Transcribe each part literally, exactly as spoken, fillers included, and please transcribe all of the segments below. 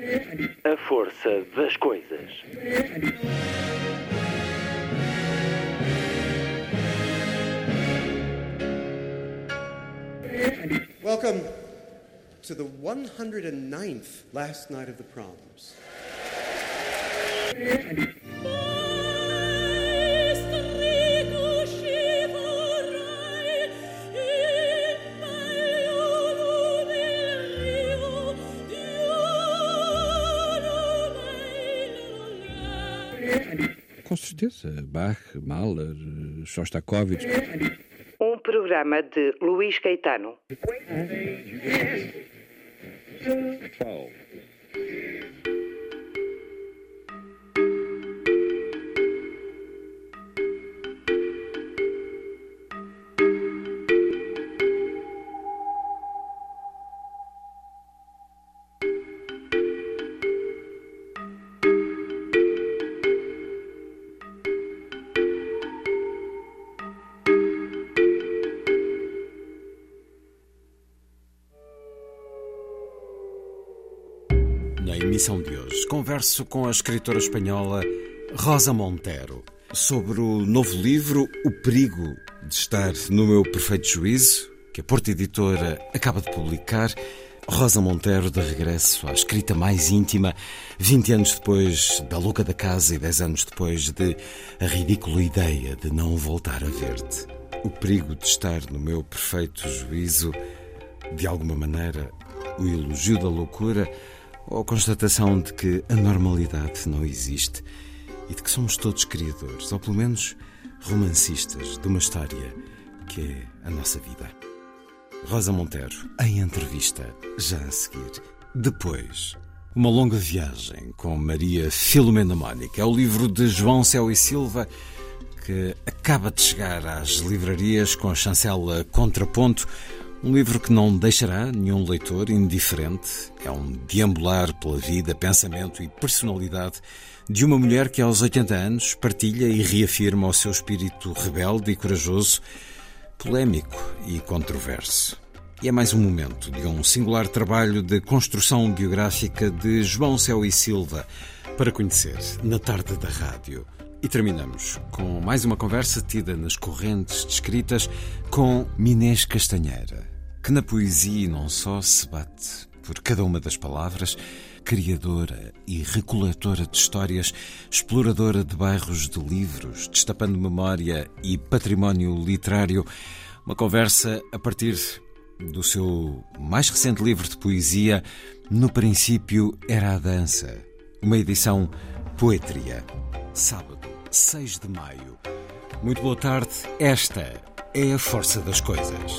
A força das coisas. Welcome to the one hundred ninth last night of the proms. Com certeza, Bach, Mahler, Shostakovich. Um programa de Luís Caetano. Na emissão de hoje, converso com a escritora espanhola Rosa Montero sobre o novo livro O Perigo de Estar no Meu Perfeito Juízo, que a Porta Editora acaba de publicar. Rosa Montero de regresso à escrita mais íntima, vinte anos depois da Louca da Casa e dez anos depois de A Ridícula Ideia de Não Voltar a Ver-te. O perigo de estar no meu perfeito juízo, de alguma maneira, o elogio da loucura ou a constatação de que a normalidade não existe e de que somos todos criadores, ou pelo menos romancistas, de uma história que é a nossa vida. Rosa Montero, em entrevista, já a seguir. Depois, uma longa viagem com Maria Filomena Mónica. É o livro de João Céu e Silva, que acaba de chegar às livrarias com a chancela Contraponto. Um livro que não deixará nenhum leitor indiferente. É um deambular pela vida, pensamento e personalidade de uma mulher que aos oitenta anos partilha e reafirma o seu espírito rebelde e corajoso, polémico e controverso. E é mais um momento de um singular trabalho de construção biográfica de João Céu e Silva para conhecer na tarde da rádio. E terminamos com mais uma conversa tida nas correntes descritas com Minês Castanheira, que na poesia não só se bate por cada uma das palavras, criadora e recoletora de histórias, exploradora de bairros de livros, destapando memória e património literário. Uma conversa a partir do seu mais recente livro de poesia, No Princípio Era a Dança, uma edição Poetria. Sábado, seis de maio. Muito boa tarde. Esta é a força das coisas.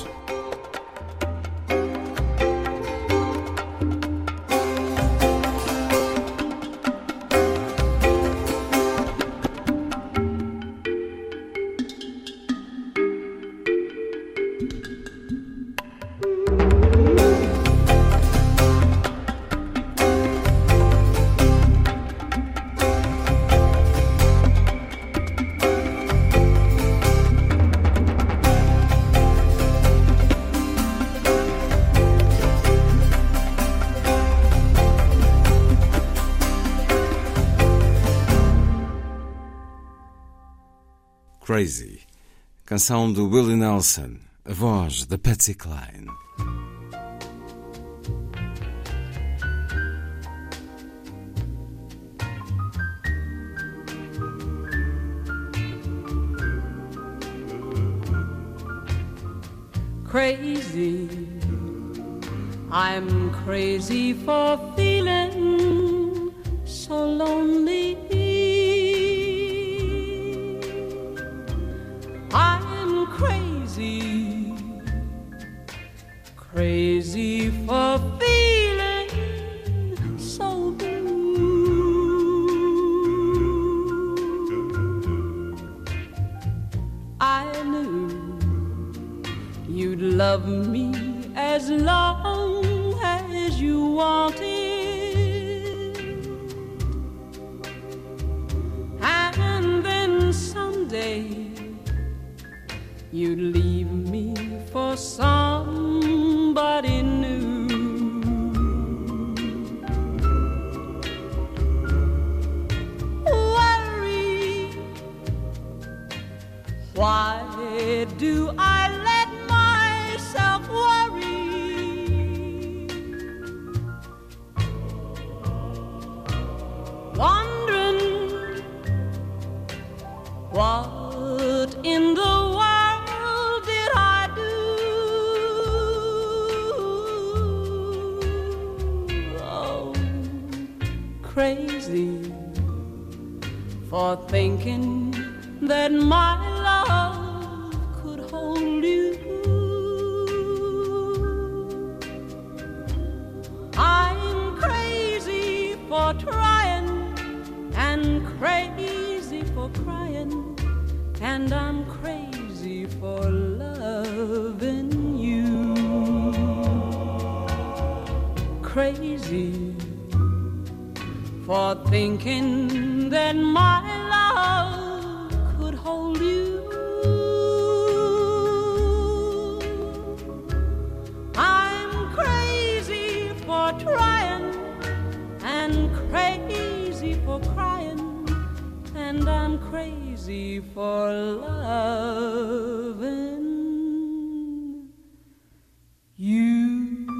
Crazy, canção do Willie Nelson, a voz da Patsy Cline. Crazy, I'm crazy for feeling so lonely. I'm crazy, crazy for feeling so blue. I knew you'd love me as long as you wanted, and then someday you'd leave me for somebody new. Why do I let myself worry? Wondering what in the world did I do? Oh, crazy for thinking that my love could hold you. I'm crazy for trying and crazy for crying, and I'm crazy for loving you. Crazy for thinking that my love could hold you. I'm crazy for trying and crazy for crying, and I'm crazy for loving you.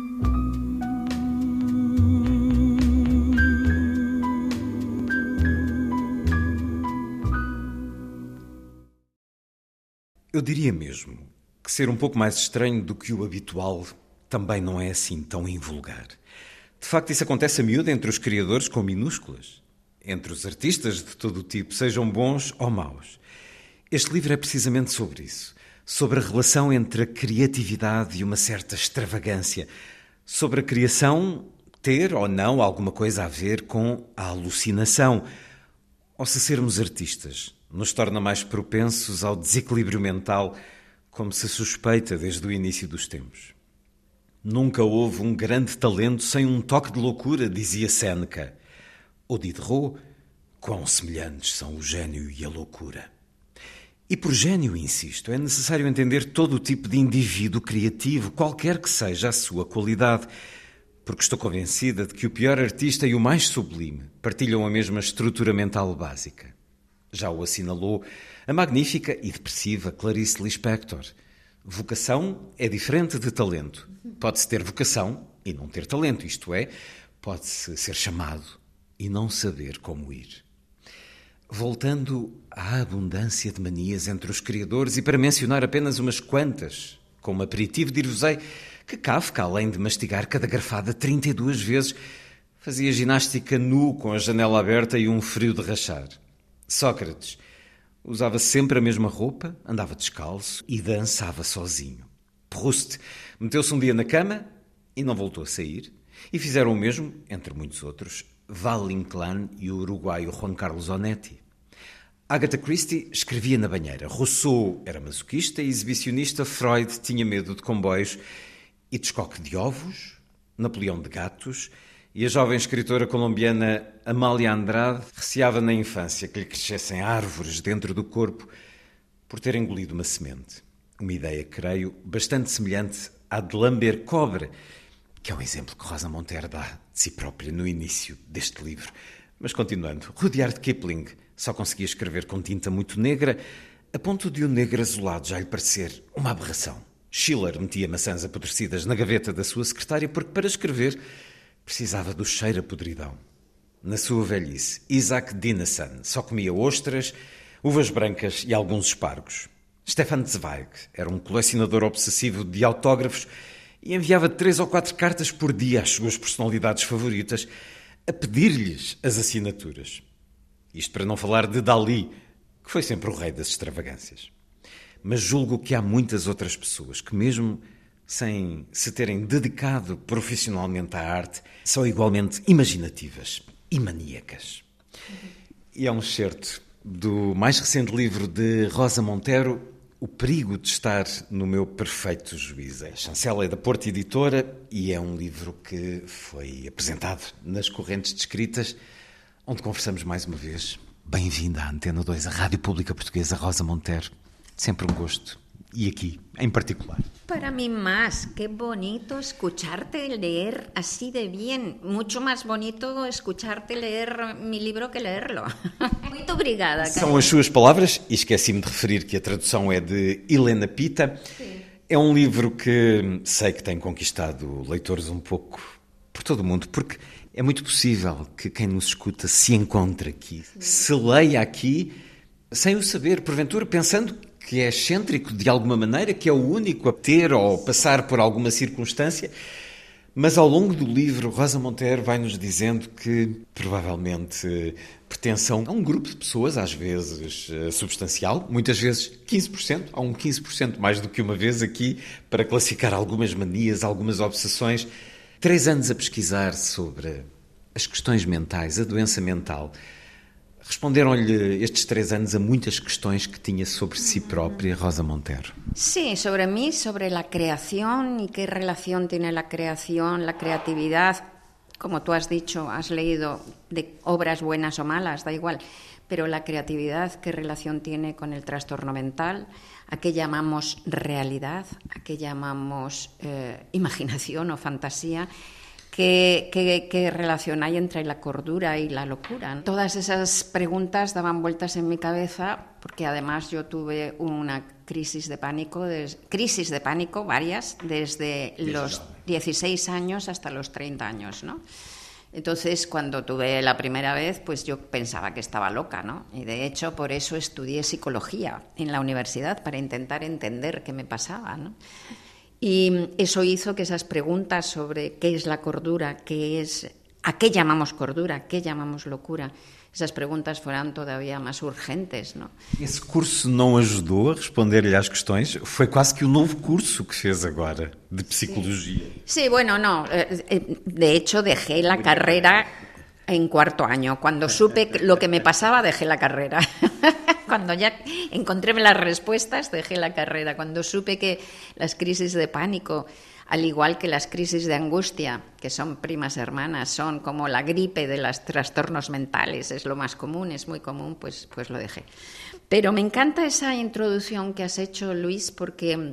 Eu diria mesmo que ser um pouco mais estranho do que o habitual também não é assim tão invulgar. De facto, isso acontece a miúdo entre os criadores com minúsculas, entre os artistas de todo o tipo, sejam bons ou maus. Este livro é precisamente sobre isso, sobre a relação entre a criatividade e uma certa extravagância, sobre a criação ter ou não alguma coisa a ver com a alucinação, ou se sermos artistas nos torna mais propensos ao desequilíbrio mental, como se suspeita desde o início dos tempos. Nunca houve um grande talento sem um toque de loucura, dizia Séneca. Ou Diderot, quão semelhantes são o gênio e a loucura. E por gênio, insisto, é necessário entender todo o tipo de indivíduo criativo, qualquer que seja a sua qualidade, porque estou convencida de que o pior artista e o mais sublime partilham a mesma estrutura mental básica. Já o assinalou a magnífica e depressiva Clarice Lispector. Vocação é diferente de talento. Pode-se ter vocação e não ter talento, isto é, pode-se ser chamado e não saber como ir. Voltando à abundância de manias entre os criadores, e para mencionar apenas umas quantas, como aperitivo, dir-vos-ei que Kafka, além de mastigar cada garfada trinta e duas vezes, fazia ginástica nu com a janela aberta e um frio de rachar. Sócrates usava sempre a mesma roupa, andava descalço e dançava sozinho. Proust meteu-se um dia na cama e não voltou a sair, e fizeram o mesmo, entre muitos outros, Valle-Inclán e o uruguaio Juan Carlos Onetti. Agatha Christie escrevia na banheira, Rousseau era masoquista e exibicionista, Freud tinha medo de comboios, Hitchcock de ovos, Napoleão de gatos, e a jovem escritora colombiana Amália Andrade receava na infância que lhe crescessem árvores dentro do corpo por ter engolido uma semente. Uma ideia, creio, bastante semelhante à de lamber cobre, que é o exemplo que Rosa Montero dá de si própria no início deste livro. Mas continuando, Rudyard Kipling só conseguia escrever com tinta muito negra, a ponto de o negro azulado já lhe parecer uma aberração. Schiller metia maçãs apodrecidas na gaveta da sua secretária porque, para escrever, precisava do cheiro a podridão. Na sua velhice, Isaac Dinesen só comia ostras, uvas brancas e alguns espargos. Stefan Zweig era um colecionador obsessivo de autógrafos e enviava três ou quatro cartas por dia às suas personalidades favoritas a pedir-lhes as assinaturas. Isto para não falar de Dalí, que foi sempre o rei das extravagâncias. Mas julgo que há muitas outras pessoas que, mesmo sem se terem dedicado profissionalmente à arte, são igualmente imaginativas e maníacas. E é um excerto do mais recente livro de Rosa Montero, O Perigo de Estar no Meu Perfeito Juízo. A chancela é da Porto Editora e é um livro que foi apresentado nas Correntes de Escritas, onde conversamos mais uma vez. Bem-vinda à Antena dois, a Rádio Pública Portuguesa, Rosa Montero. Sempre um gosto e aqui, em particular? Para mí más, qué bonito escucharte leer así de bien. Mucho más bonito escucharte leer mi libro que leerlo. Muito obrigada. São as suas palavras, e esqueci-me de referir que a tradução é de Helena Pita. Sim. É um livro que sei que tem conquistado leitores um pouco por todo o mundo, porque é muito possível que quem nos escuta se encontre aqui, Sim. se leia aqui, sem o saber, porventura pensando que é excêntrico de alguma maneira, que é o único a ter ou passar por alguma circunstância, mas ao longo do livro Rosa Monteiro vai-nos dizendo que provavelmente pertençam a um grupo de pessoas, às vezes substancial, muitas vezes quinze por cento, há um quinze por cento mais do que uma vez aqui, para classificar algumas manias, algumas obsessões. Três anos a pesquisar sobre as questões mentais, a doença mental. Responderam-lhe estes três anos a muitas questões que tinha sobre si própria, Rosa Monteiro. Sí, sobre mí, sobre la creación y qué relación tiene la creación, la creatividad. Como tú has dicho, has leído de obras buenas o malas, da igual, pero la creatividad, qué relación tiene con el trastorno mental, a qué llamamos realidad, a qué llamamos eh, imaginación o fantasía. ¿Qué, qué, ¿Qué relación hay entre la cordura y la locura? Todas esas preguntas daban vueltas en mi cabeza, porque además yo tuve una crisis de pánico, des, crisis de pánico varias, desde los dieciséis años hasta los treinta años, ¿no? Entonces, cuando tuve la primera vez, pues yo pensaba que estaba loca, ¿no? Y de hecho, por eso estudié psicología en la universidad, para intentar entender qué me pasaba, ¿no? Y eso hizo que esas preguntas sobre qué es la cordura, qué es, a qué llamamos cordura, qué llamamos locura, esas preguntas fueran todavía más urgentes, ¿no? Esse curso não ajudou a responder-lhe às questões? Foi quase que o novo curso que fez agora, de psicologia. Sí, sí, bueno, no. De hecho, dejé la carrera en cuarto año. Cuando supe lo que me pasaba, dejé la carrera. Cuando ya encontré las respuestas, dejé la carrera. Cuando supe que las crisis de pánico, al igual que las crisis de angustia, que son primas hermanas, son como la gripe de los trastornos mentales, es lo más común, es muy común, pues, pues lo dejé. Pero me encanta esa introducción que has hecho, Luis, porque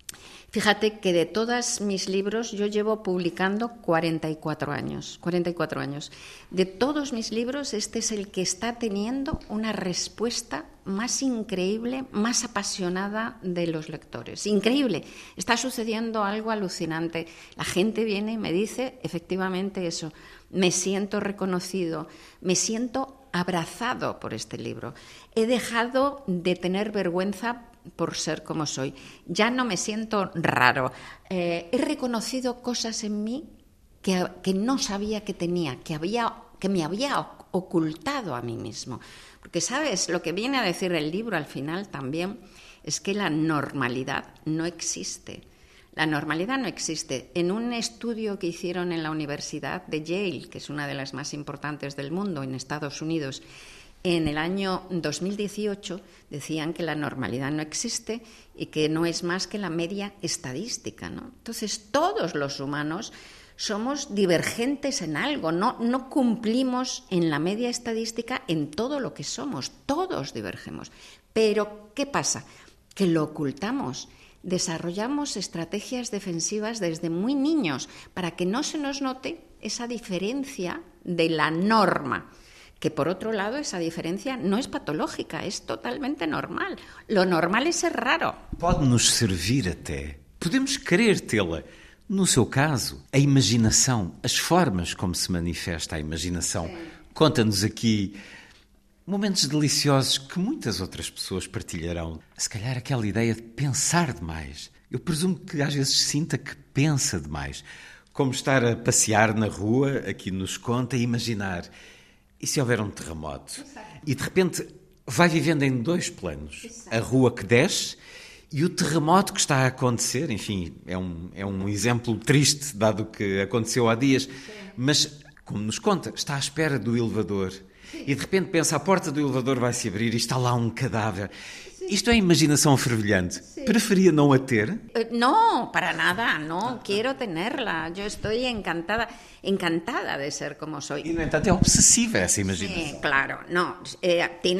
fíjate que de todos mis libros yo llevo publicando cuarenta y cuatro años, cuarenta y cuatro años. De todos mis libros, este es el que está teniendo una respuesta más increíble, más apasionada de los lectores. Increíble. Está sucediendo algo alucinante. La gente viene y me dice efectivamente eso. Me siento reconocido, me siento abrazado por este libro. He dejado de tener vergüenza por ser como soy. Ya no me siento raro. Eh, he reconocido cosas en mí que, que no sabía que tenía, que, había, que me había ocultado a mí mismo. Porque, ¿sabes? Lo que viene a decir el libro al final también es que la normalidad no existe. La normalidad no existe. En un estudio que hicieron en la Universidad de Yale, que es una de las más importantes del mundo en Estados Unidos, en el año dos mil dieciocho decían que la normalidad no existe y que no es más que la media estadística, ¿no? Entonces, todos los humanos somos divergentes en algo, no, no cumplimos en la media estadística en todo lo que somos, todos divergemos. Pero, ¿qué pasa? Que lo ocultamos. Desarrollamos estrategias defensivas desde muy niños para que no se nos note esa diferencia de la norma. Que, por otro lado, esa diferencia no es patológica, es totalmente normal. Lo normal é ser raro. Pode-nos servir até. Podemos querer tê-la. No seu caso, a imaginação, as formas como se manifesta a imaginação. Sim. Conta-nos aqui momentos deliciosos que muitas outras pessoas partilharão. Se calhar aquela ideia de pensar demais. Eu presumo que às vezes sinta que pensa demais. Como estar a passear na rua, aqui nos conta, e imaginar... E se houver um terremoto? Exato. E de repente vai vivendo em dois planos. Exato. A rua que desce e o terremoto que está a acontecer. Enfim, é um, é um exemplo triste, dado o que aconteceu há dias. Sim. Mas, como nos conta, está à espera do elevador. Sim. E de repente pensa, a porta do elevador vai se abrir e está lá um cadáver. Isto é imaginação fervilhante. Sí. ¿Prefería no a ter? Eh, no, para nada, no, quiero tenerla. Yo estoy encantada, encantada de ser como soy. Y, no entanto, é obsesiva esa imaginación. Sí, claro, no, eh, tiene sus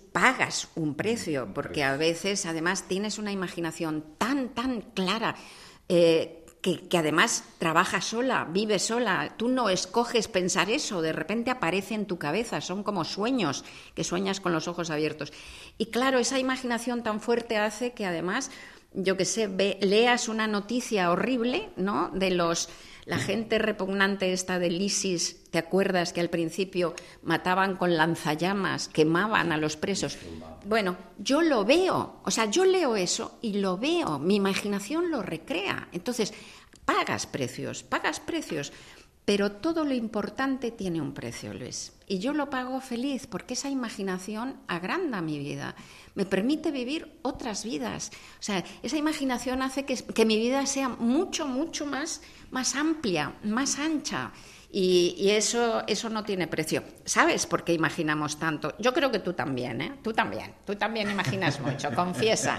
pagas un precio, porque a veces además tienes una imaginación tan, tan clara, eh, que, que además trabajas sola, vives sola, tú no escoges pensar eso, de repente aparece en tu cabeza, son como sueños, que sueñas con los ojos abiertos. Y claro, esa imaginación tan fuerte hace que además, yo qué sé, ve, leas una noticia horrible, ¿no?, de los... La gente repugnante esta del ISIS, ¿te acuerdas que al principio mataban con lanzallamas, quemaban a los presos? Bueno, yo lo veo, o sea, yo leo eso y lo veo, mi imaginación lo recrea. Entonces, pagas precios, pagas precios, pero todo lo importante tiene un precio, Luis. Y yo lo pago feliz porque esa imaginación agranda mi vida, me permite vivir otras vidas. O sea, esa imaginación hace que, que mi vida sea mucho, mucho más, más amplia, más ancha. Y, y eso, eso no tiene precio. ¿Sabes por qué imaginamos tanto? Yo creo que tú también, ¿eh? Tú también, tú también imaginas mucho, confiesa.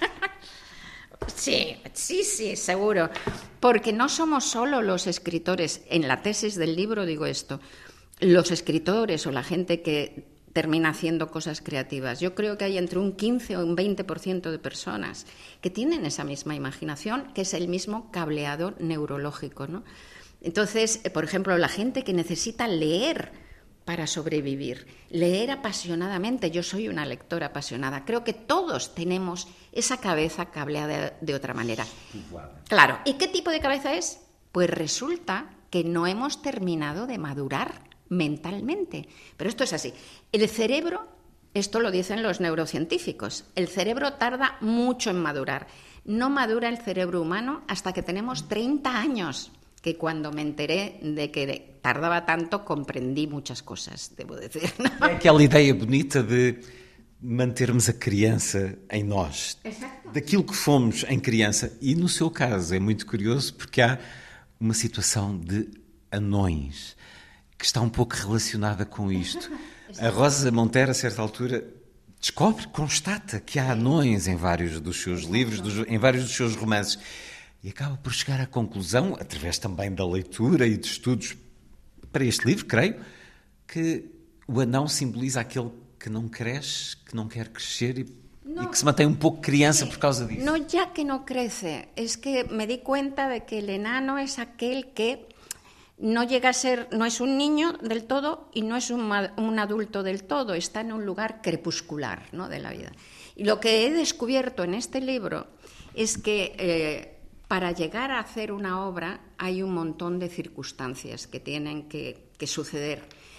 Sí, sí, sí, seguro. Porque no somos solo los escritores. En la tesis del libro digo esto. Los escritores o la gente que termina haciendo cosas creativas. Yo creo que hay entre un quince o un veinte por ciento de personas que tienen esa misma imaginación, que es el mismo cableado neurológico, ¿no? Entonces, por ejemplo, la gente que necesita leer para sobrevivir, leer apasionadamente. Yo soy una lectora apasionada. Creo que todos tenemos esa cabeza cableada de otra manera. Claro. ¿Y qué tipo de cabeza es? Pues resulta que no hemos terminado de madurar mentalmente. Pero esto es así. El cerebro, esto lo dicen los neurocientíficos, el cerebro tarda mucho en madurar. No madura el cerebro humano hasta que tenemos treinta años, que cuando me enteré de que tardaba tanto comprendí muchas cosas, debo decir, ¿no? É aquela ideia bonita de mantermos a criança em nós. Exato. Daquilo que fomos em criança. E no seu caso é muito curioso porque há uma situação de anões que está um pouco relacionada com isto. A Rosa Montero, a certa altura, descobre, constata que há anões em vários dos seus livros, dos, em vários dos seus romances. E acaba por chegar à conclusão, através também da leitura e de estudos para este livro, creio, que o anão simboliza aquele que não cresce, que não quer crescer e, no, e que se mantém um pouco criança por causa disso. No ya que no crece, es que me di cuenta de que el enano es aquel que no llega a ser, no es un niño del todo y no es un, un adulto del todo, está en un lugar crepuscular, ¿no?, de la vida. Y lo que he descubierto en este libro es que eh, para llegar a hacer una obra hay un montón de circunstancias que tienen que, que suceder.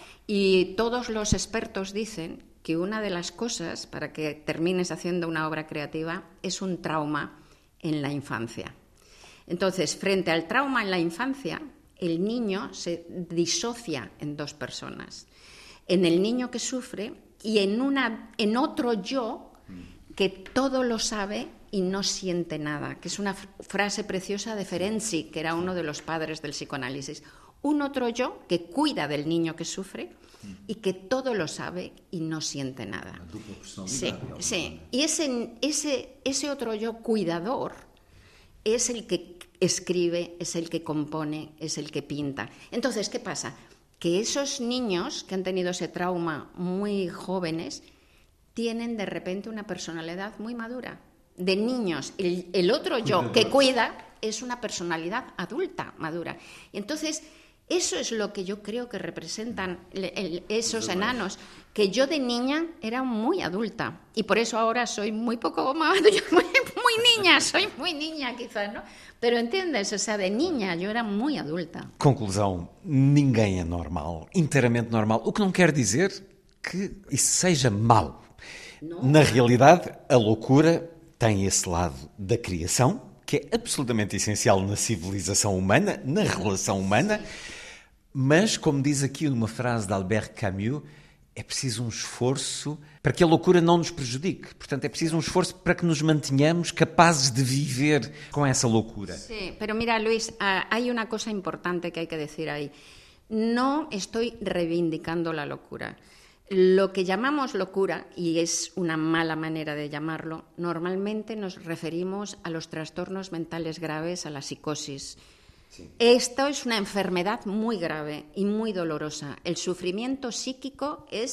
Y todos los expertos dicen que una de las cosas para que termines haciendo una obra creativa es un trauma en la infancia. Entonces, frente al trauma en la infancia, el niño se disocia en dos personas. En el niño que sufre y en, una, en otro yo que todo lo sabe y no siente nada, que es una frase preciosa de Ferenczi, que era uno de los padres del psicoanálisis. Un otro yo que cuida del niño que sufre y que todo lo sabe y no siente nada. Sí, sí. Y ese, ese, ese otro yo cuidador es el que escribe, es el que compone, es el que pinta. Entonces, ¿qué pasa? Que esos niños que han tenido ese trauma muy jóvenes tienen de repente una personalidad muy madura. De niños, el, el otro yo que cuida es una personalidad adulta, madura. Y entonces, eso es lo que yo creo que representan el, el, esos enanos, que yo de niña era muy adulta y por eso ahora soy muy poco más, muy, muy niña, soy muy niña quizás, ¿no? Pero entiendes, o sea, de niña yo era muy adulta. Conclusão, ninguém é normal, inteiramente normal, o que não quer dizer que isso seja mau. Não. Na realidade, a loucura tem esse lado da criação, que é absolutamente essencial na civilização humana, na relação humana, mas, como diz aqui numa frase de Albert Camus, é preciso um esforço para que a loucura não nos prejudique. Portanto, é preciso um esforço para que nos mantenhamos capazes de viver com essa loucura. Sí, pero mira, Luis, hay una cosa importante que hay que decir ahí. No estoy reivindicando la locura. Lo que llamamos locura, y es una mala manera de llamarlo, normalmente nos referimos a los trastornos mentales graves, a la psicosis. Sí. Esto es una enfermedad muy grave y muy dolorosa. El sufrimiento psíquico es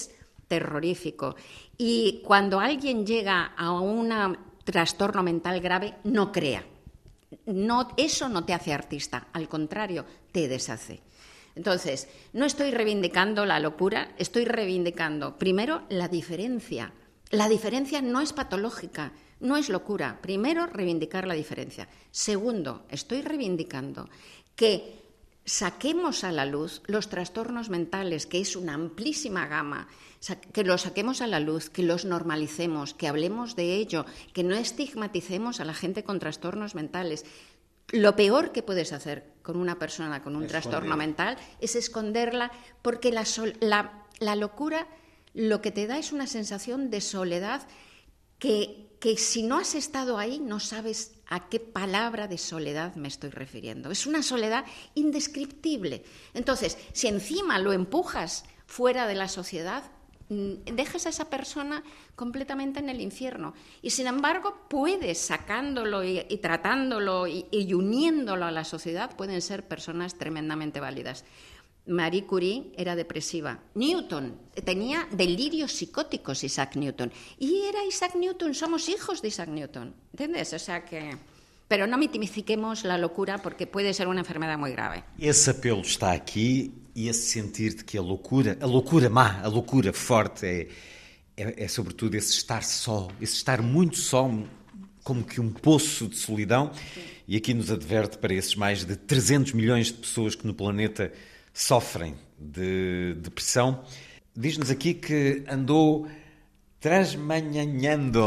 terrorífico. Y cuando alguien llega a un trastorno mental grave, no crea. No, eso no te hace artista, al contrario, te deshace. Entonces, no estoy reivindicando la locura, estoy reivindicando, primero, la diferencia. La diferencia no es patológica, no es locura. Primero, reivindicar la diferencia. Segundo, estoy reivindicando que saquemos a la luz los trastornos mentales, que es una amplísima gama, que los saquemos a la luz, que los normalicemos, que hablemos de ello, que no estigmaticemos a la gente con trastornos mentales. Lo peor que puedes hacer con una persona con un Esconder. trastorno mental es esconderla, porque la, sol, la, la locura lo que te da es una sensación de soledad que, que si no has estado ahí no sabes a qué palabra de soledad me estoy refiriendo. Es una soledad indescriptible. Entonces, si encima lo empujas fuera de la sociedad, dejas a esa persona completamente en el infierno. Y sin embargo, puedes, sacándolo y, y tratándolo y, y uniéndolo a la sociedad, pueden ser personas tremendamente válidas. Marie Curie era depresiva. Newton tenía delirios psicóticos, Isaac Newton. Y era Isaac Newton, somos hijos de Isaac Newton. ¿Entiendes? O sea que... Pero no mitifiquemos la locura porque puede ser una enfermedad muy grave. Esse apelo está aqui e esse sentir de que a loucura, a loucura má, a loucura forte é, é, é sobretudo esse estar só, esse estar muito só, como que um poço de solidão. Sim. E aqui nos adverte para esses mais de trezentos milhões de pessoas que no planeta sofrem de depressão. Diz-nos aqui que andou trasmanhando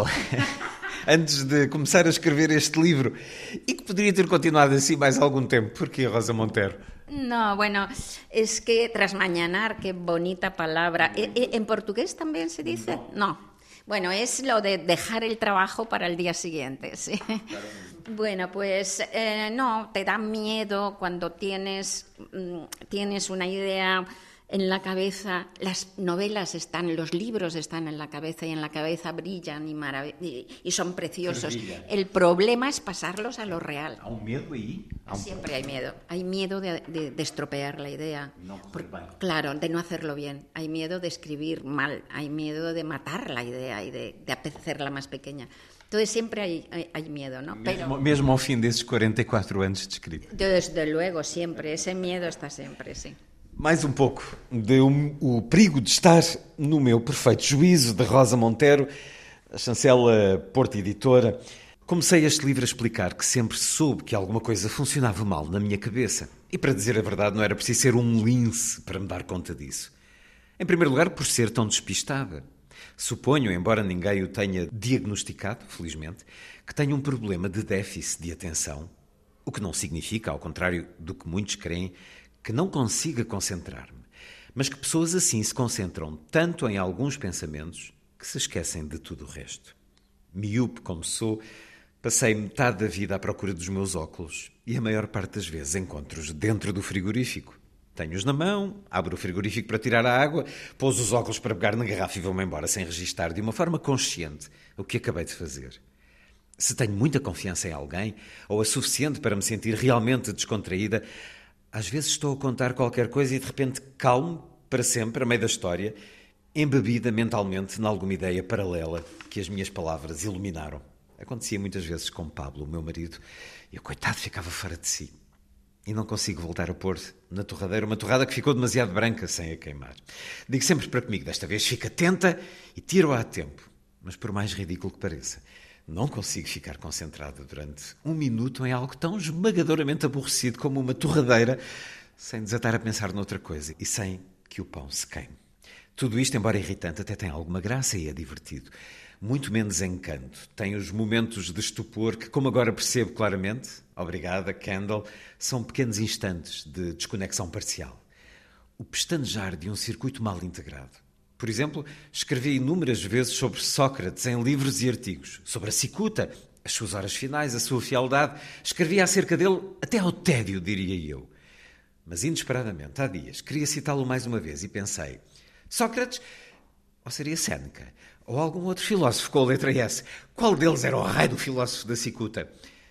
antes de começar a escrever este livro e que poderia ter continuado assim mais algum tempo. Porquê, Rosa Montero? No, bueno, es que trasmañanar, qué bonita palabra. ¿En portugués también se dice? No. Bueno, es lo de dejar el trabajo para el día siguiente, sí. Claro. Bueno, pues eh, no, te da miedo cuando tienes, tienes una idea en la cabeza, las novelas están, los libros están en la cabeza y en la cabeza brillan y, marav- y, y son preciosos. El problema es pasarlos a lo real. ¿Hay un miedo ahí? Un... Siempre hay miedo. Hay miedo de, de, de estropear la idea. No, Por, claro, de no hacerlo bien. Hay miedo de escribir mal. Hay miedo de matar la idea y de, de hacerla más pequeña. Entonces siempre hay, hay, hay miedo, ¿no? Mesmo, Pero, mesmo ao fim desses cuarenta e quatro anos de escrita. Desde luego, siempre. Ese miedo está siempre, sí. Mais um pouco de um, O Perigo de Estar no Meu Perfeito Juízo, de Rosa Montero, a chancela Porto Editora. Comecei este livro a explicar que sempre soube que alguma coisa funcionava mal na minha cabeça. E, para dizer a verdade, não era preciso ser um lince para me dar conta disso. Em primeiro lugar, por ser tão despistada. Suponho, embora ninguém o tenha diagnosticado, felizmente, que tenho um problema de déficit de atenção, o que não significa, ao contrário do que muitos creem, que não consiga concentrar-me, mas que pessoas assim se concentram tanto em alguns pensamentos que se esquecem de tudo o resto. Miúpe como sou, passei metade da vida à procura dos meus óculos e a maior parte das vezes encontro-os dentro do frigorífico. Tenho-os na mão, abro o frigorífico para tirar a água, pôs os óculos para pegar na garrafa e vou-me embora sem registar de uma forma consciente o que acabei de fazer. Se tenho muita confiança em alguém, ou a suficiente para me sentir realmente descontraída, às vezes estou a contar qualquer coisa e de repente calmo para sempre, a meio da história, embebida mentalmente em alguma ideia paralela que as minhas palavras iluminaram. Acontecia muitas vezes com Pablo, o meu marido, e o coitado ficava fora de si. E não consigo voltar a pôr na torradeira uma torrada que ficou demasiado branca sem a queimar. Digo sempre para comigo, desta vez fica atenta e tiro-a a tempo. Mas por mais ridículo que pareça, não consigo ficar concentrada durante um minuto em algo tão esmagadoramente aborrecido como uma torradeira, sem desatar a pensar noutra coisa e sem que o pão se queime. Tudo isto, embora irritante, até tem alguma graça e é divertido. Muito menos encanto. Tem os momentos de estupor que, como agora percebo claramente, obrigada, Kendall, são pequenos instantes de desconexão parcial. O pestanejar de um circuito mal integrado. Por exemplo, escrevi inúmeras vezes sobre Sócrates em livros e artigos, sobre a cicuta, as suas horas finais, a sua fialdade. Escrevi acerca dele até ao tédio, diria eu. Mas, inesperadamente, há dias, queria citá-lo mais uma vez e pensei, Sócrates, ou seria Séneca, ou algum outro filósofo com a letra S, qual deles era o raio do filósofo da cicuta?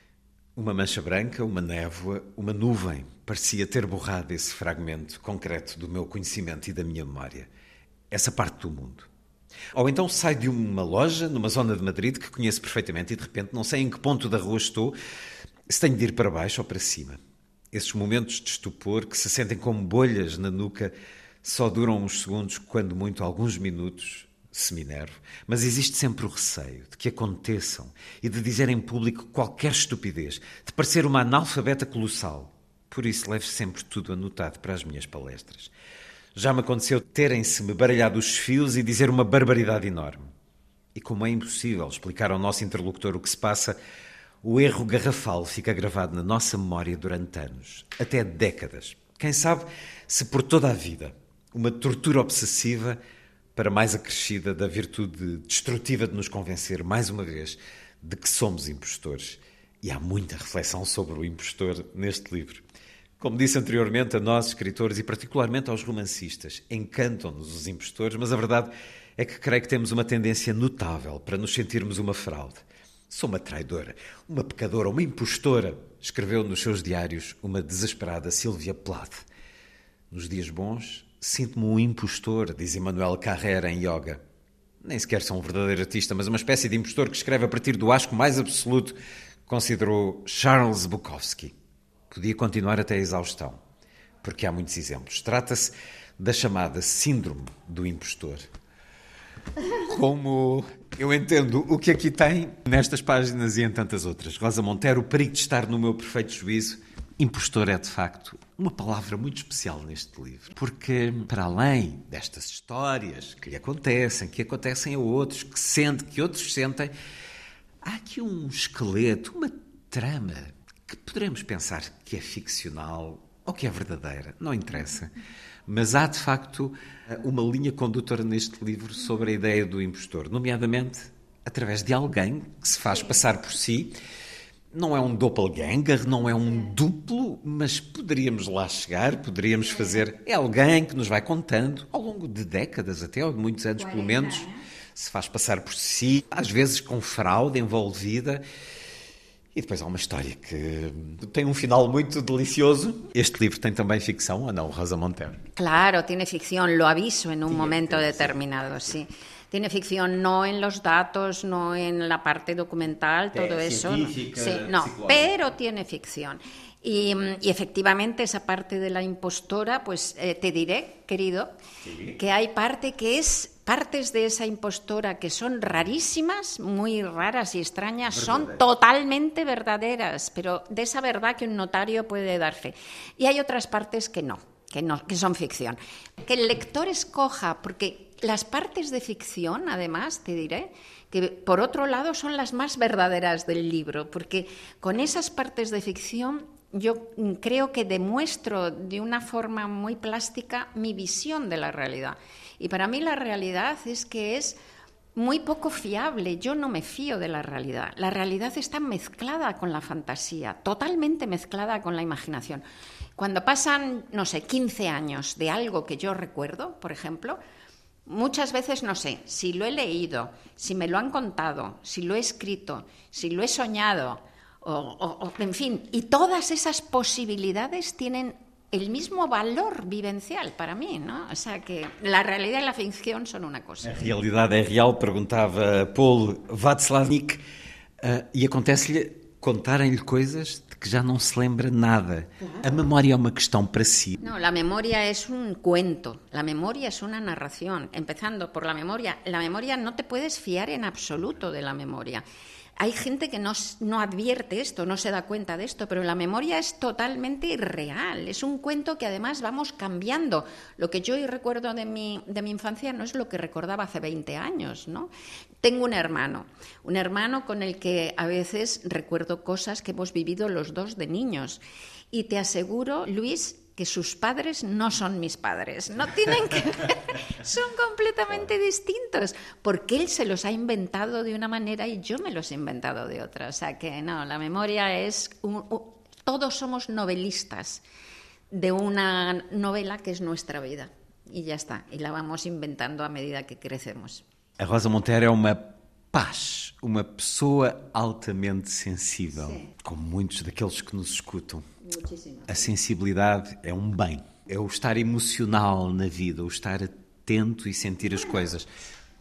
Uma mancha branca, uma névoa, uma nuvem, parecia ter borrado esse fragmento concreto do meu conhecimento e da minha memória. Essa parte do mundo, Ou então saio de uma loja, numa zona de Madrid, que conheço perfeitamente e de repente não sei em que ponto da rua estou, se tenho de ir para baixo ou para cima. Esses momentos de estupor que se sentem como bolhas na nuca só duram uns segundos, quando muito alguns minutos, se me enervo. Mas existe sempre o receio de que aconteçam e de dizer em público qualquer estupidez, de parecer uma analfabeta colossal. Por isso levo sempre tudo anotado para as minhas palestras. Já me aconteceu terem-se-me baralhado os fios e dizer uma barbaridade enorme. E como é impossível explicar ao nosso interlocutor o que se passa, o erro garrafal fica gravado na nossa memória durante anos, até décadas. Quem sabe se por toda a vida, uma tortura obsessiva para mais acrescida da virtude destrutiva de nos convencer, mais uma vez, de que somos impostores. E há muita reflexão sobre o impostor neste livro. Como disse anteriormente, a nós, escritores, e particularmente aos romancistas, encantam-nos os impostores, mas a verdade é que creio que temos uma tendência notável para nos sentirmos uma fraude. Sou uma traidora, uma pecadora, uma impostora, escreveu nos seus diários uma desesperada Sylvia Plath. Nos dias bons, sinto-me um impostor, diz Emmanuel Carrère em Yoga. Nem sequer sou um verdadeiro artista, mas uma espécie de impostor que escreve a partir do asco mais absoluto, considerou Charles Bukowski. Podia continuar até a exaustão, porque há muitos exemplos. Trata-se da chamada síndrome do impostor. Como eu entendo o que aqui tem nestas páginas e em tantas outras. Rosa Montero, o perigo de estar no meu perfeito juízo. Impostor é, de facto, uma palavra muito especial neste livro. Porque, para além destas histórias que lhe acontecem, que acontecem a outros, que sente, que outros sentem, há aqui um esqueleto, uma trama, que poderemos pensar que é ficcional ou que é verdadeira, não interessa. Mas há, de facto, uma linha condutora neste livro sobre a ideia do impostor, nomeadamente através de alguém que se faz passar por si. Não é um doppelganger, não é um duplo, mas poderíamos lá chegar, poderíamos fazer... É alguém que nos vai contando, ao longo de décadas até, ou de muitos anos pelo menos, se faz passar por si, às vezes com fraude envolvida. E depois há uma história que tem um final muito delicioso. Este livro tem também ficção, ou não, Rosa Montero? Claro, tiene ficción, lo aviso en un sí, momento determinado, sí. Tiene ficción no en los datos, no en la parte documental, todo eh, eso. Sí, no, pero tiene ficción. Y, y efectivamente esa parte de la impostora, pues eh, te diré, querido, sí, que hay parte que es... Partes de esa impostora que son rarísimas, muy raras y extrañas, son totalmente verdaderas, pero de esa verdad que un notario puede dar fe. Y hay otras partes que no, que no, que son ficción. Que el lector escoja, porque las partes de ficción, además, te diré, que por otro lado son las más verdaderas del libro, porque con esas partes de ficción yo creo que demuestro de una forma muy plástica mi visión de la realidad. Y para mí la realidad es que es muy poco fiable. Yo no me fío de la realidad. La realidad está mezclada con la fantasía, totalmente mezclada con la imaginación. Cuando pasan, no sé, quince años de algo que yo recuerdo, por ejemplo, muchas veces no sé si lo he leído, si me lo han contado, si lo he escrito, si lo he soñado, o, o, o en fin. Y todas esas posibilidades tienen el mismo valor vivencial para mim, não? O sea que a realidade e a ficção são uma coisa. A realidade é real, perguntava Paul Václavník, uh, e acontece-lhe contarem-lhe coisas de que já não se lembra nada. A memória é uma questão para si. Não, a memória é um cuento, a memória é uma narração. Empezando por la memoria, la memoria no te puedes fiar en absoluto de la memoria. Hay gente que no, no advierte esto, no se da cuenta de esto, pero la memoria es totalmente irreal. Es un cuento que además vamos cambiando. Lo que yo hoy recuerdo de mi, de mi infancia no es lo que recordaba hace veinte años, ¿no? Tengo un hermano, un hermano con el que a veces recuerdo cosas que hemos vivido los dos de niños. Y te aseguro, Luis, que sus padres no son mis padres, no tienen que ver, son completamente distintos, porque él se los ha inventado de una manera y yo me los he inventado de otra. O sea que no, la memoria es, un, un, todos somos novelistas de una novela que es nuestra vida y ya está, y la vamos inventando a medida que crecemos. A Rosa Montero é uma paz, uma pessoa altamente sensível, sim, como muitos daqueles que nos escutam. Muitíssimo. A sensibilidade é um bem, é o estar emocional na vida, o estar atento e sentir as coisas.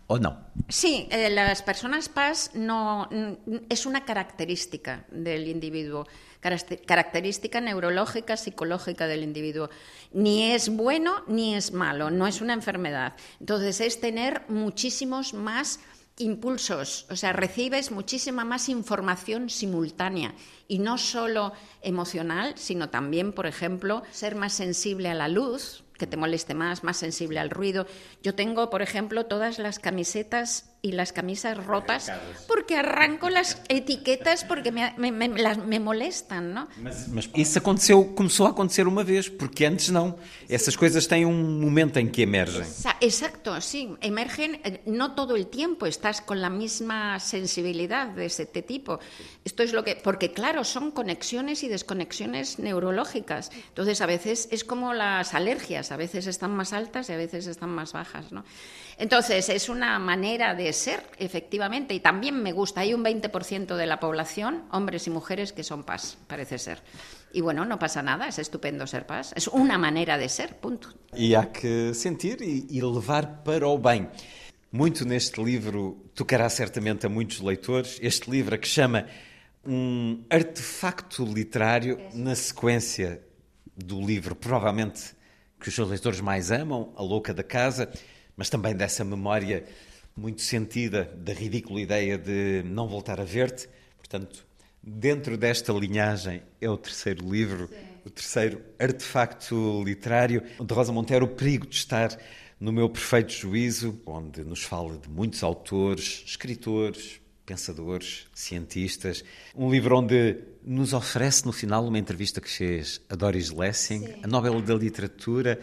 Ou não? Sí, eh, las personas P A S no, es una característica del individuo, característica neurológica, psicológica del individuo. Ni es bueno ni es malo, no es una enfermedad. Entonces es tener muchísimos más impulsos, o sea, recibes muchísima más información simultánea y no solo emocional, sino también, por ejemplo, ser más sensible a la luz, que te moleste más, más sensible al ruido. Yo tengo, por ejemplo, todas las camisetas y las camisas rotas porque arranco las etiquetas porque me, me, me, las, me molestan, ¿no? Mas, mas isso aconteceu, começou a acontecer uma vez, porque antes não. Essas coisas têm um momento em que emergem. Exacto, sí, emergen, no todo el tiempo estás con la misma sensibilidad de este tipo. Esto es lo que, porque claro, son conexiones y desconexiones neurológicas. Entonces, a veces es como las alergias, a veces están más altas y a veces están más bajas, ¿no? Entonces, es una manera de ser, efectivamente, y también me gusta. Hay un veinte por ciento de la población, hombres y mujeres, que son P A S, parece ser. Y bueno, no pasa nada, es estupendo ser P A S. Es una manera de ser, punto. E há que sentir e, e levar para o bem. Muito neste livro tocará certamente a muitos leitores. Este livro que chama um artefacto literário na sequência do livro, provavelmente, que os seus leitores mais amam, A Louca da Casa, mas também dessa memória muito sentida da ridícula ideia de não voltar a ver-te. Portanto, dentro desta linhagem é o terceiro livro, Sim. o terceiro artefacto literário, de Rosa Montero, O Perigo de Estar no Meu Perfeito Juízo, onde nos fala de muitos autores, escritores, pensadores, cientistas. Um livro onde nos oferece no final uma entrevista que fez a Doris Lessing, Sim. a Nobel da Literatura.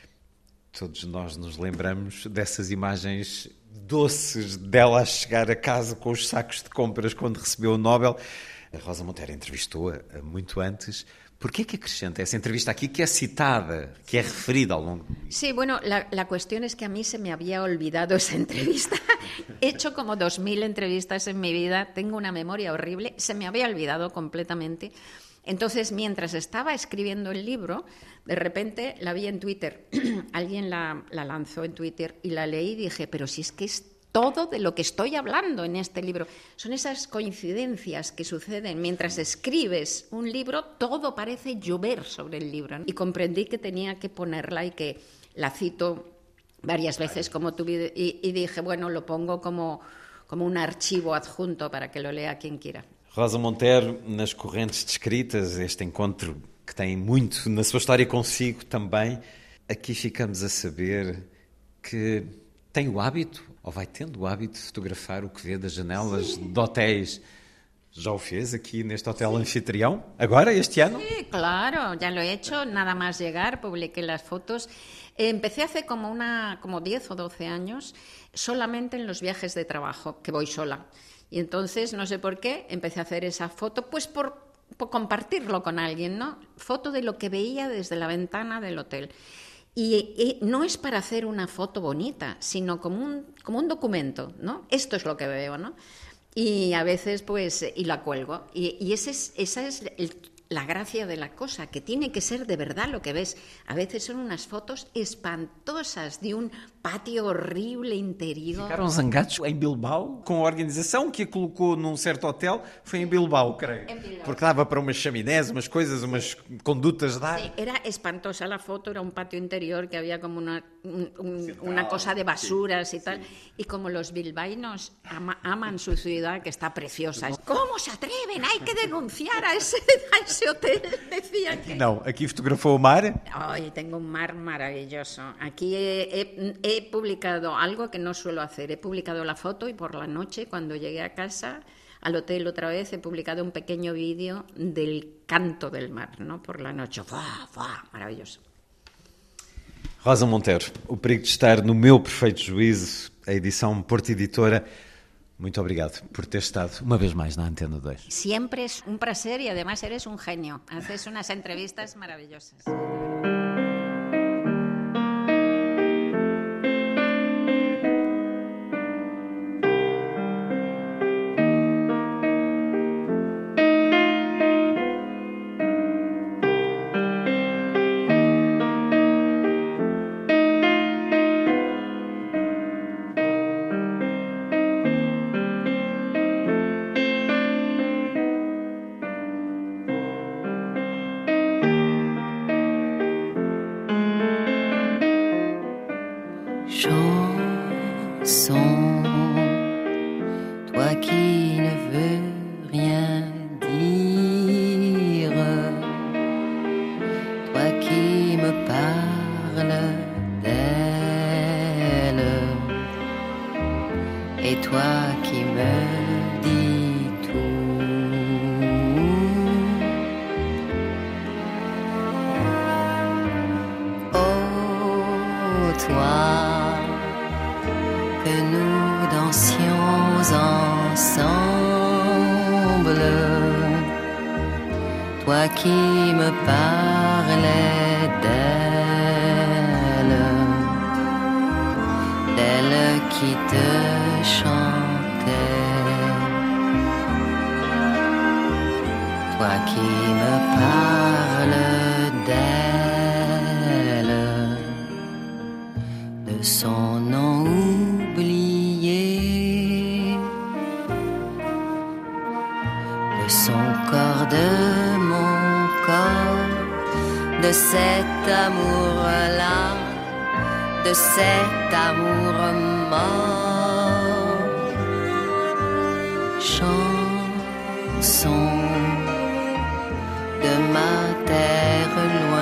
Todos nós nos lembramos dessas imagens doces dela a chegar a casa com os sacos de compras quando recebeu o Nobel. A Rosa Montero entrevistou-a muito antes. ¿Por qué que acrescenta esa entrevista aquí que es citada, que es referida ao longo? Sí, bueno, la, la cuestión es que a mí se me había olvidado esa entrevista. He hecho como dos mil entrevistas en mi vida, tengo una memoria horrible, se me había olvidado completamente. Entonces, mientras estaba escribiendo el libro, de repente la vi en Twitter. Alguien la, la lanzó en Twitter y la leí y dije, pero si es que es todo de lo que estoy hablando en este libro. Son esas coincidencias que suceden mientras escribes un libro, todo parece llover sobre el libro, ¿no? Y comprendí que tenía que ponerla y que la cito varias veces como tu video, y, y dije, bueno, lo pongo como, como un archivo adjunto para que lo lea quien quiera. Rosa Montero, nas correntes descritas, este encontro que tem muito na sua história consigo também, aqui ficamos a saber que tem o hábito, ou vai tendo o hábito de fotografar o que vê das janelas Sim. de hotéis. ¿Ya lo fez aquí en este hotel anfitrión? ¿Ahora, este año? Sí, claro, ya lo he hecho. Nada más llegar, publiqué las fotos. Empecé hace como, una, como diez o doce años, solamente en los viajes de trabajo, que voy sola. Y entonces, no sé por qué, empecé a hacer esa foto, pues por, por compartirlo con alguien, ¿no? Foto de lo que veía desde la ventana del hotel. Y, y no es para hacer una foto bonita, sino como un, como un documento, ¿no? Esto es lo que veo, ¿no? Y a veces, pues, y la cuelgo. Y, y ese es, esa es el, la gracia de la cosa, que tiene que ser de verdad lo que ves. A veces son unas fotos espantosas de un patio horrible interior. Ficaram zangados em Bilbao com a organização que a colocou num certo hotel. Foi em Bilbao, creio. En Bilbao. Porque dava para umas chaminés, umas coisas, umas condutas de ar. Sí, era espantosa la foto, era un patio interior que había como una, un, un, una cosa de basuras y tal. Y como los bilbaínos ama, aman su ciudad, que está preciosa. ¿Cómo se atreven? Hay que denunciar a ese, a ese hotel, decían que... Não, aqui fotografou o mar. Ay, tengo un mar maravilloso. Aquí he, he, he publicado algo que no suelo hacer. He publicado la foto y por la noche, cuando llegué a casa, al hotel otra vez, he publicado un pequeño vídeo del canto del mar, ¿no? Por la noche. ¡Fua, fua! Maravilloso. Rosa Montero, O Perigo de Estar no Meu Perfeito Juízo, a edição Porto Editora. Muito obrigado por ter estado uma vez mais na Antena dois. Siempre es un placer y además eres un genio. Haces unas entrevistas maravillosas. chanson, toi qui ne veux rien dire, toi qui me parles d'elle, et toi qui me dis tout. Oh, toi, que nous dansions ensemble, toi qui me parlais d'elle, d'elle qui te chantait, toi qui me parles d'elle, de son nom oublié, de son corps, de mon corps, de cet amour-là, de cet amour mort. Chanson de ma terre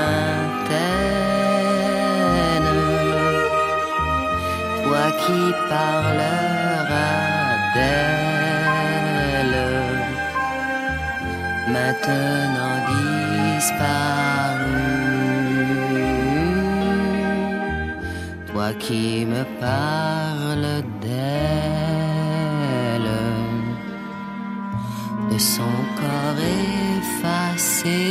lointaine, toi qui parleras d'elle, maintenant disparue, toi qui me parles d'elle, de son corps effacé,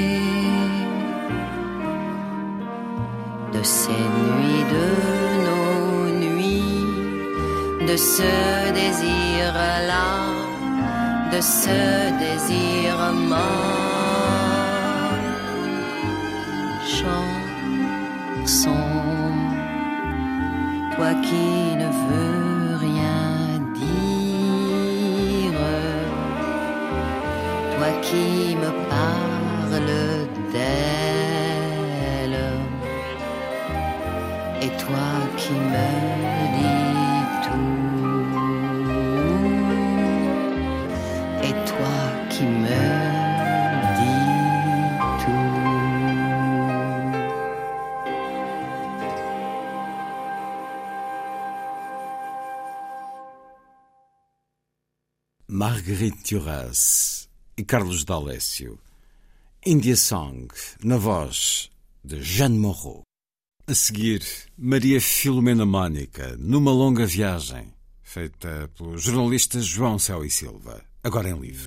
de ces nuits, de nos nuits, de ce désir-là, de ce désir mort. Chanson, toi qui ne veux rien dire, toi qui me parles d'elle, et toi qui me dis tout, et toi qui me dis tout. Marguerite Duras e Carlos D'Alessio. India Song, na voz de Jeanne Moreau. A seguir, Maria Filomena Mónica, numa longa viagem, feita pelo jornalista João Céu e Silva, agora em livro.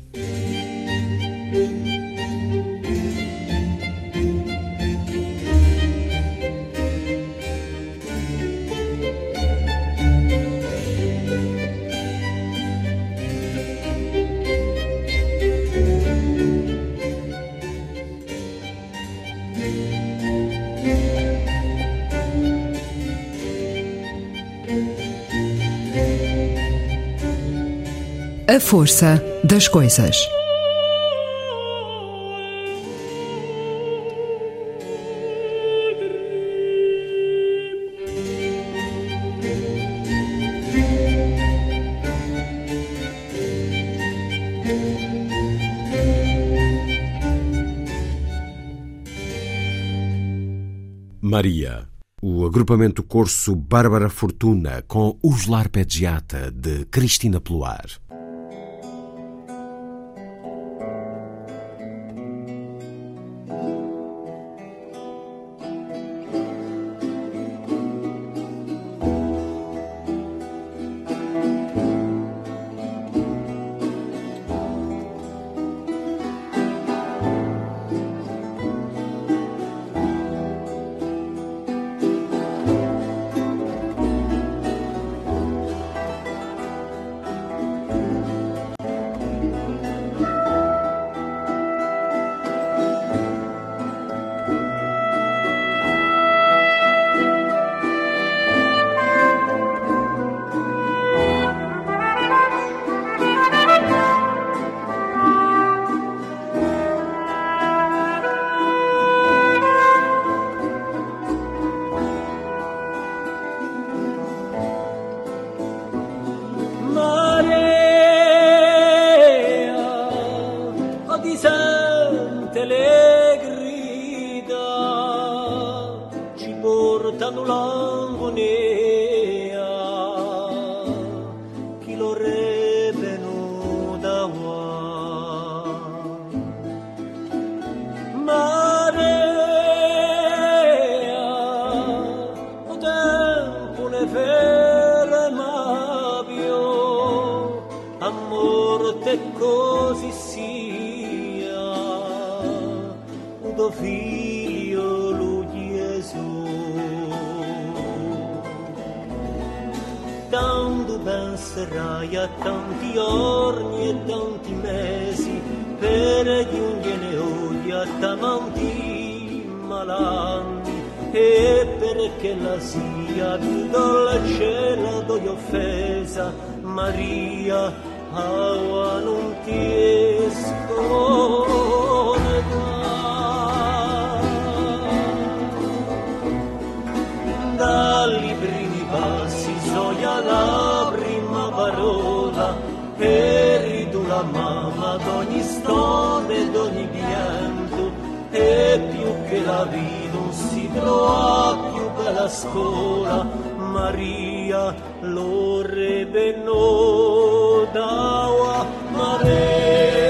A força das coisas. Maria, o agrupamento corso Bárbara Fortuna com Os L'Arpeggiata de Cristina Ploar. ti sente le grida, ci portano l'angonia, chi lo re venuta qua. Marea, o tempo ne ferma più, a morte così sia, tuo figlio lo Gesù. Tanto penserai a tanti giorni e tanti mesi per giungere oggi a tanti malanni, e perché la sia più dolce la tua offesa, Maria, aua non ti scorda. Dagli primi passi soia la prima parola, eri tu la mamma d'ogni storia, d'ogni pianto, e più che la vita non si trova più bella scuola, Maria lo re venuta Maria.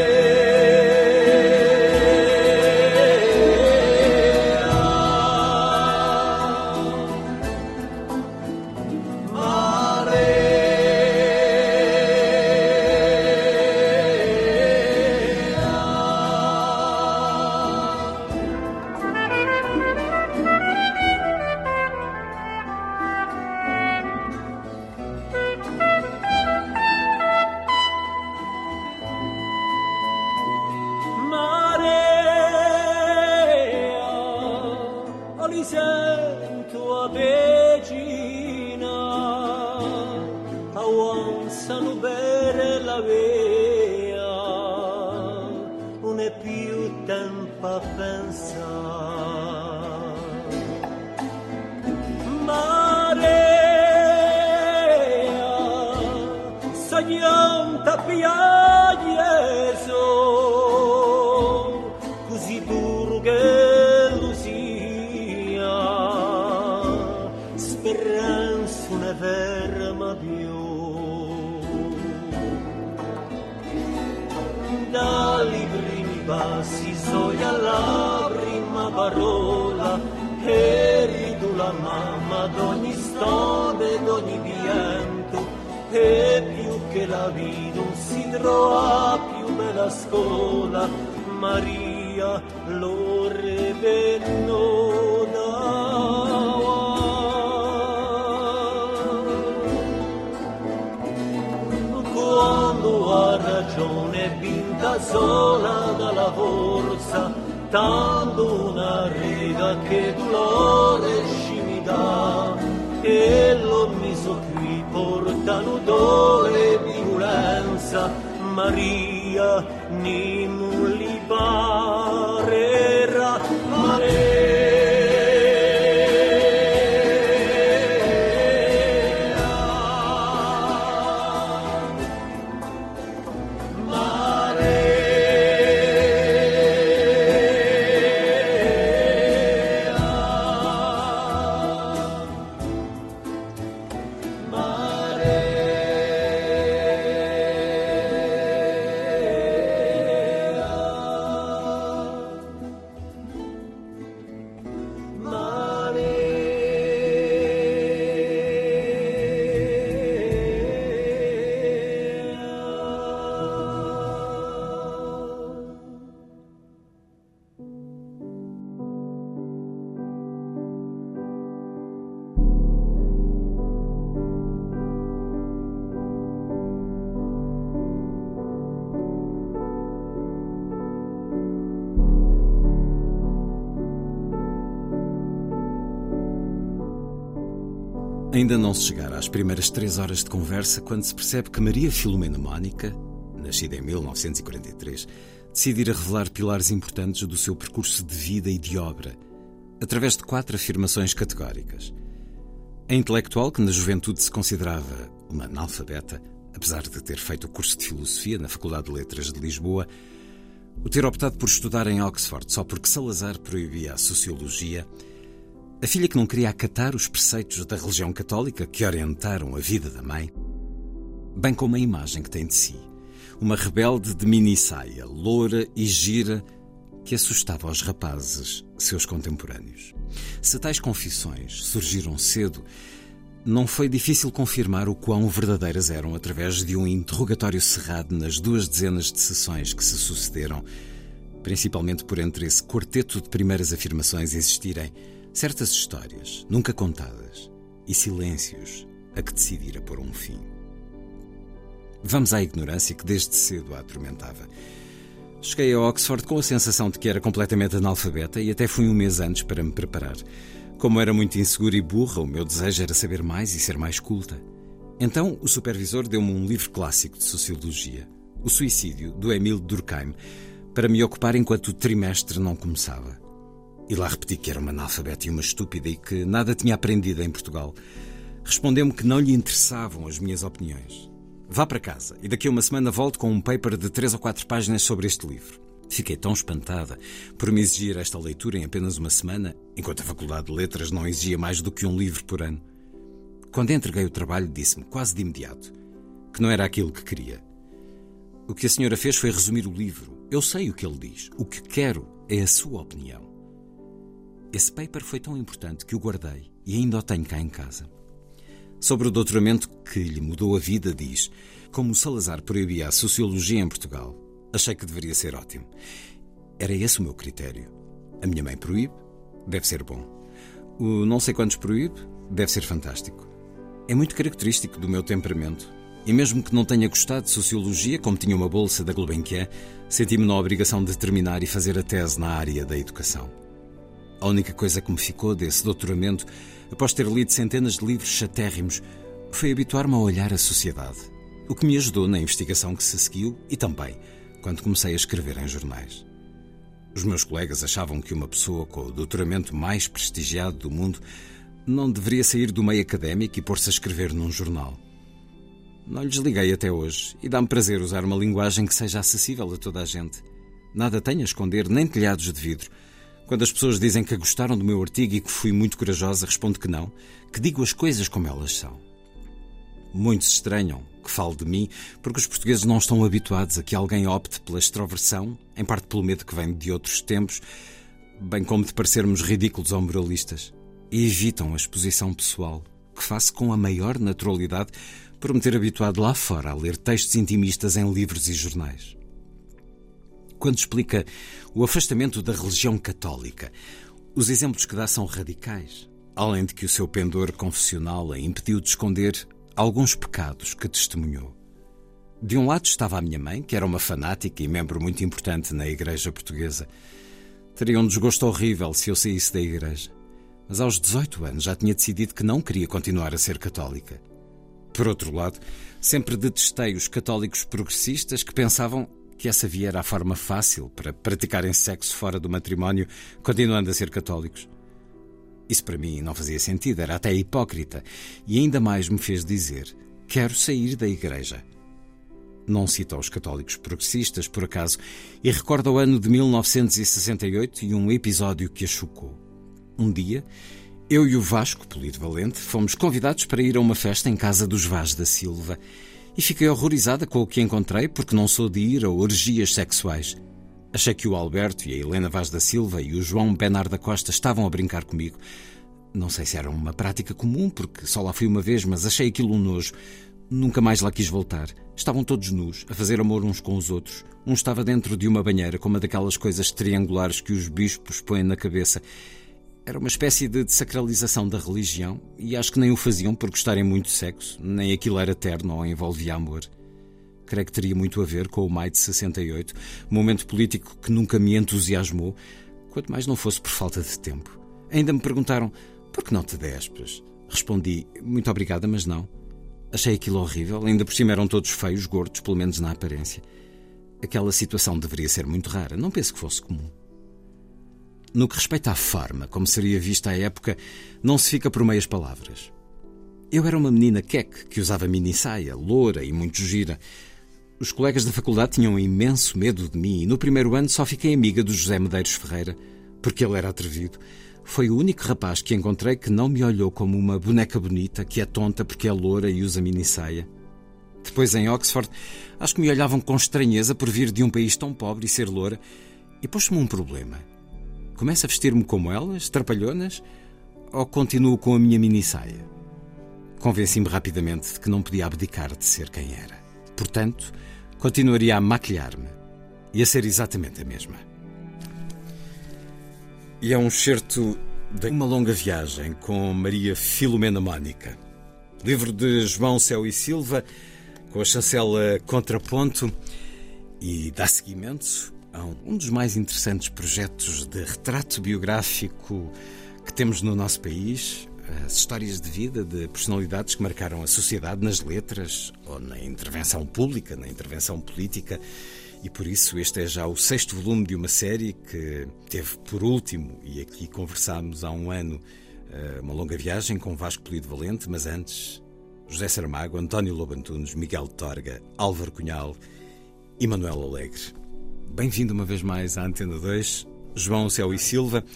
Così duro che lo sia, speranza ne ferma più. Dagli primi passi soia la prima parola, eri tu la mamma d'ogni storia, d'ogni pianto, e più che la vita non si trova più bella scuola, Maria lo re venuta. Quando ha ragione vinta sola dalla forza, tanto una rega che dolore ci mi dà, e l'ho meso qui portano dole e violenza, Maria ni li parerà, Maria. Ainda não se chegará às primeiras três horas de conversa quando se percebe que Maria Filomena Mónica, nascida em mil novecentos e quarenta e três, decidira revelar pilares importantes do seu percurso de vida e de obra, através de quatro afirmações categóricas. A intelectual, que na juventude se considerava uma analfabeta, apesar de ter feito o curso de Filosofia na Faculdade de Letras de Lisboa, O ter optado por estudar em Oxford só porque Salazar proibia a sociologia, a filha que não queria acatar os preceitos da religião católica que orientaram a vida da mãe, bem como a imagem que tem de si, uma rebelde de mini-saia, loura e gira, que assustava aos rapazes, seus contemporâneos. Se tais confissões surgiram cedo, não foi difícil confirmar o quão verdadeiras eram através de um interrogatório cerrado nas duas dezenas de sessões que se sucederam, principalmente por entre esse quarteto de primeiras afirmações existirem certas histórias, nunca contadas, e silêncios a que decidira pôr um fim. Vamos à ignorância que desde cedo a atormentava. Cheguei a Oxford com a sensação de que era completamente analfabeta e até fui um mês antes para me preparar. Como era muito insegura e burra, o meu desejo era saber mais e ser mais culta. Então o supervisor deu-me um livro clássico de sociologia, O Suicídio, do Émile Durkheim, para me ocupar enquanto o trimestre não começava. E lá repeti que era uma analfabeta e uma estúpida e que nada tinha aprendido em Portugal. Respondeu-me que não lhe interessavam as minhas opiniões. Vá para casa e daqui a uma semana volto com um paper de três ou quatro páginas sobre este livro. Fiquei tão espantada por me exigir esta leitura em apenas uma semana, enquanto a Faculdade de Letras não exigia mais do que um livro por ano. Quando entreguei o trabalho, disse-me, quase de imediato, que não era aquilo que queria. O que a senhora fez foi resumir o livro. Eu sei o que ele diz. O que quero é a sua opinião. Esse paper foi tão importante que o guardei e ainda o tenho cá em casa. Sobre o doutoramento que lhe mudou a vida, diz: como o Salazar proibia a sociologia em Portugal, achei que deveria ser ótimo. Era esse o meu critério. A minha mãe proíbe, deve ser bom. O não sei quantos proíbe, deve ser fantástico. É muito característico do meu temperamento. E mesmo que não tenha gostado de sociologia, como tinha uma bolsa da Gulbenkian, senti-me na obrigação de terminar e fazer a tese na área da educação. A única coisa que me ficou desse doutoramento, após ter lido centenas de livros chatérrimos, foi habituar-me a olhar a sociedade, o que me ajudou na investigação que se seguiu e também quando comecei a escrever em jornais. Os meus colegas achavam que uma pessoa com o doutoramento mais prestigiado do mundo não deveria sair do meio académico e pôr-se a escrever num jornal. Não lhes liguei até hoje e dá-me prazer usar uma linguagem que seja acessível a toda a gente. Nada tenho a esconder, nem telhados de vidro. Quando as pessoas dizem que gostaram do meu artigo e que fui muito corajosa, respondo que não, que digo as coisas como elas são. Muitos estranham que falo de mim porque os portugueses não estão habituados a que alguém opte pela extroversão, em parte pelo medo que vem de outros tempos, bem como de parecermos ridículos ou moralistas, e evitam a exposição pessoal, que faço com a maior naturalidade por me ter habituado lá fora a ler textos intimistas em livros e jornais. Quando explica o afastamento da religião católica, os exemplos que dá são radicais, além de que o seu pendor confessional a impediu de esconder alguns pecados que testemunhou. De um lado estava a minha mãe, que era uma fanática e membro muito importante na Igreja Portuguesa. Teria um desgosto horrível se eu saísse da Igreja, mas aos dezoito anos já tinha decidido que não queria continuar a ser católica. Por outro lado, sempre detestei os católicos progressistas que pensavam que essa via era a forma fácil para praticarem sexo fora do matrimónio, continuando a ser católicos. Isso para mim não fazia sentido, era até hipócrita, e ainda mais me fez dizer: quero sair da Igreja. Não cito aos católicos progressistas, por acaso, e recorda o ano de mil novecentos e sessenta e oito e um episódio que a chocou. Um dia, eu e o Vasco Polido Valente fomos convidados para ir a uma festa em casa dos Vaz da Silva, e fiquei horrorizada com o que encontrei porque não sou de ir a orgias sexuais. Achei que o Alberto e a Helena Vaz da Silva e o João Bernardo da Costa estavam a brincar comigo. Não sei se era uma prática comum, porque só lá fui uma vez, mas achei aquilo um nojo. Nunca mais lá quis voltar. Estavam todos nus, a fazer amor uns com os outros. Um estava dentro de uma banheira, com uma daquelas coisas triangulares que os bispos põem na cabeça. Era uma espécie de desacralização da religião, e acho que nem o faziam por gostarem muito de sexo, nem aquilo era terno ou envolvia amor. Creio que teria muito a ver com o maio de sessenta e oito, momento político que nunca me entusiasmou, quanto mais não fosse por falta de tempo. Ainda me perguntaram: por que não te despes? Respondi: muito obrigada, mas não. Achei aquilo horrível, ainda por cima eram todos feios, gordos, pelo menos na aparência. Aquela situação deveria ser muito rara, não penso que fosse comum. No que respeita à forma, como seria vista à época, não se fica por meias palavras. Eu era uma menina queque, que usava mini-saia, loura e muito gira. Os colegas da faculdade tinham imenso medo de mim e no primeiro ano só fiquei amiga do José Medeiros Ferreira, porque ele era atrevido. Foi o único rapaz que encontrei que não me olhou como uma boneca bonita, que é tonta porque é loura e usa minissaia. Depois, em Oxford, acho que me olhavam com estranheza por vir de um país tão pobre e ser loura, e pôs-me um problema. Começo a vestir-me como elas, trapalhonas, ou continuo com a minha minissaia? Convenci-me rapidamente de que não podia abdicar de ser quem era. Portanto, continuaria a maquilhar-me e a ser exatamente a mesma. E é um excerto de Uma Longa Viagem com Maria Filomena Mónica. Livro de João Céu e Silva, com a chancela Contraponto, e dá seguimento a um dos mais interessantes projetos de retrato biográfico que temos no nosso país, as histórias de vida de personalidades que marcaram a sociedade nas letras ou na intervenção pública, na intervenção política. E por isso este é já o sexto volume de uma série que teve por último, e aqui conversámos há um ano, Uma Longa Viagem com Vasco Polido Valente, mas antes José Saramago, António Lobo Antunes, Miguel Torga, Álvaro Cunhal e Manuel Alegre. Bem-vindo uma vez mais à Antena dois, João Céu e Silva.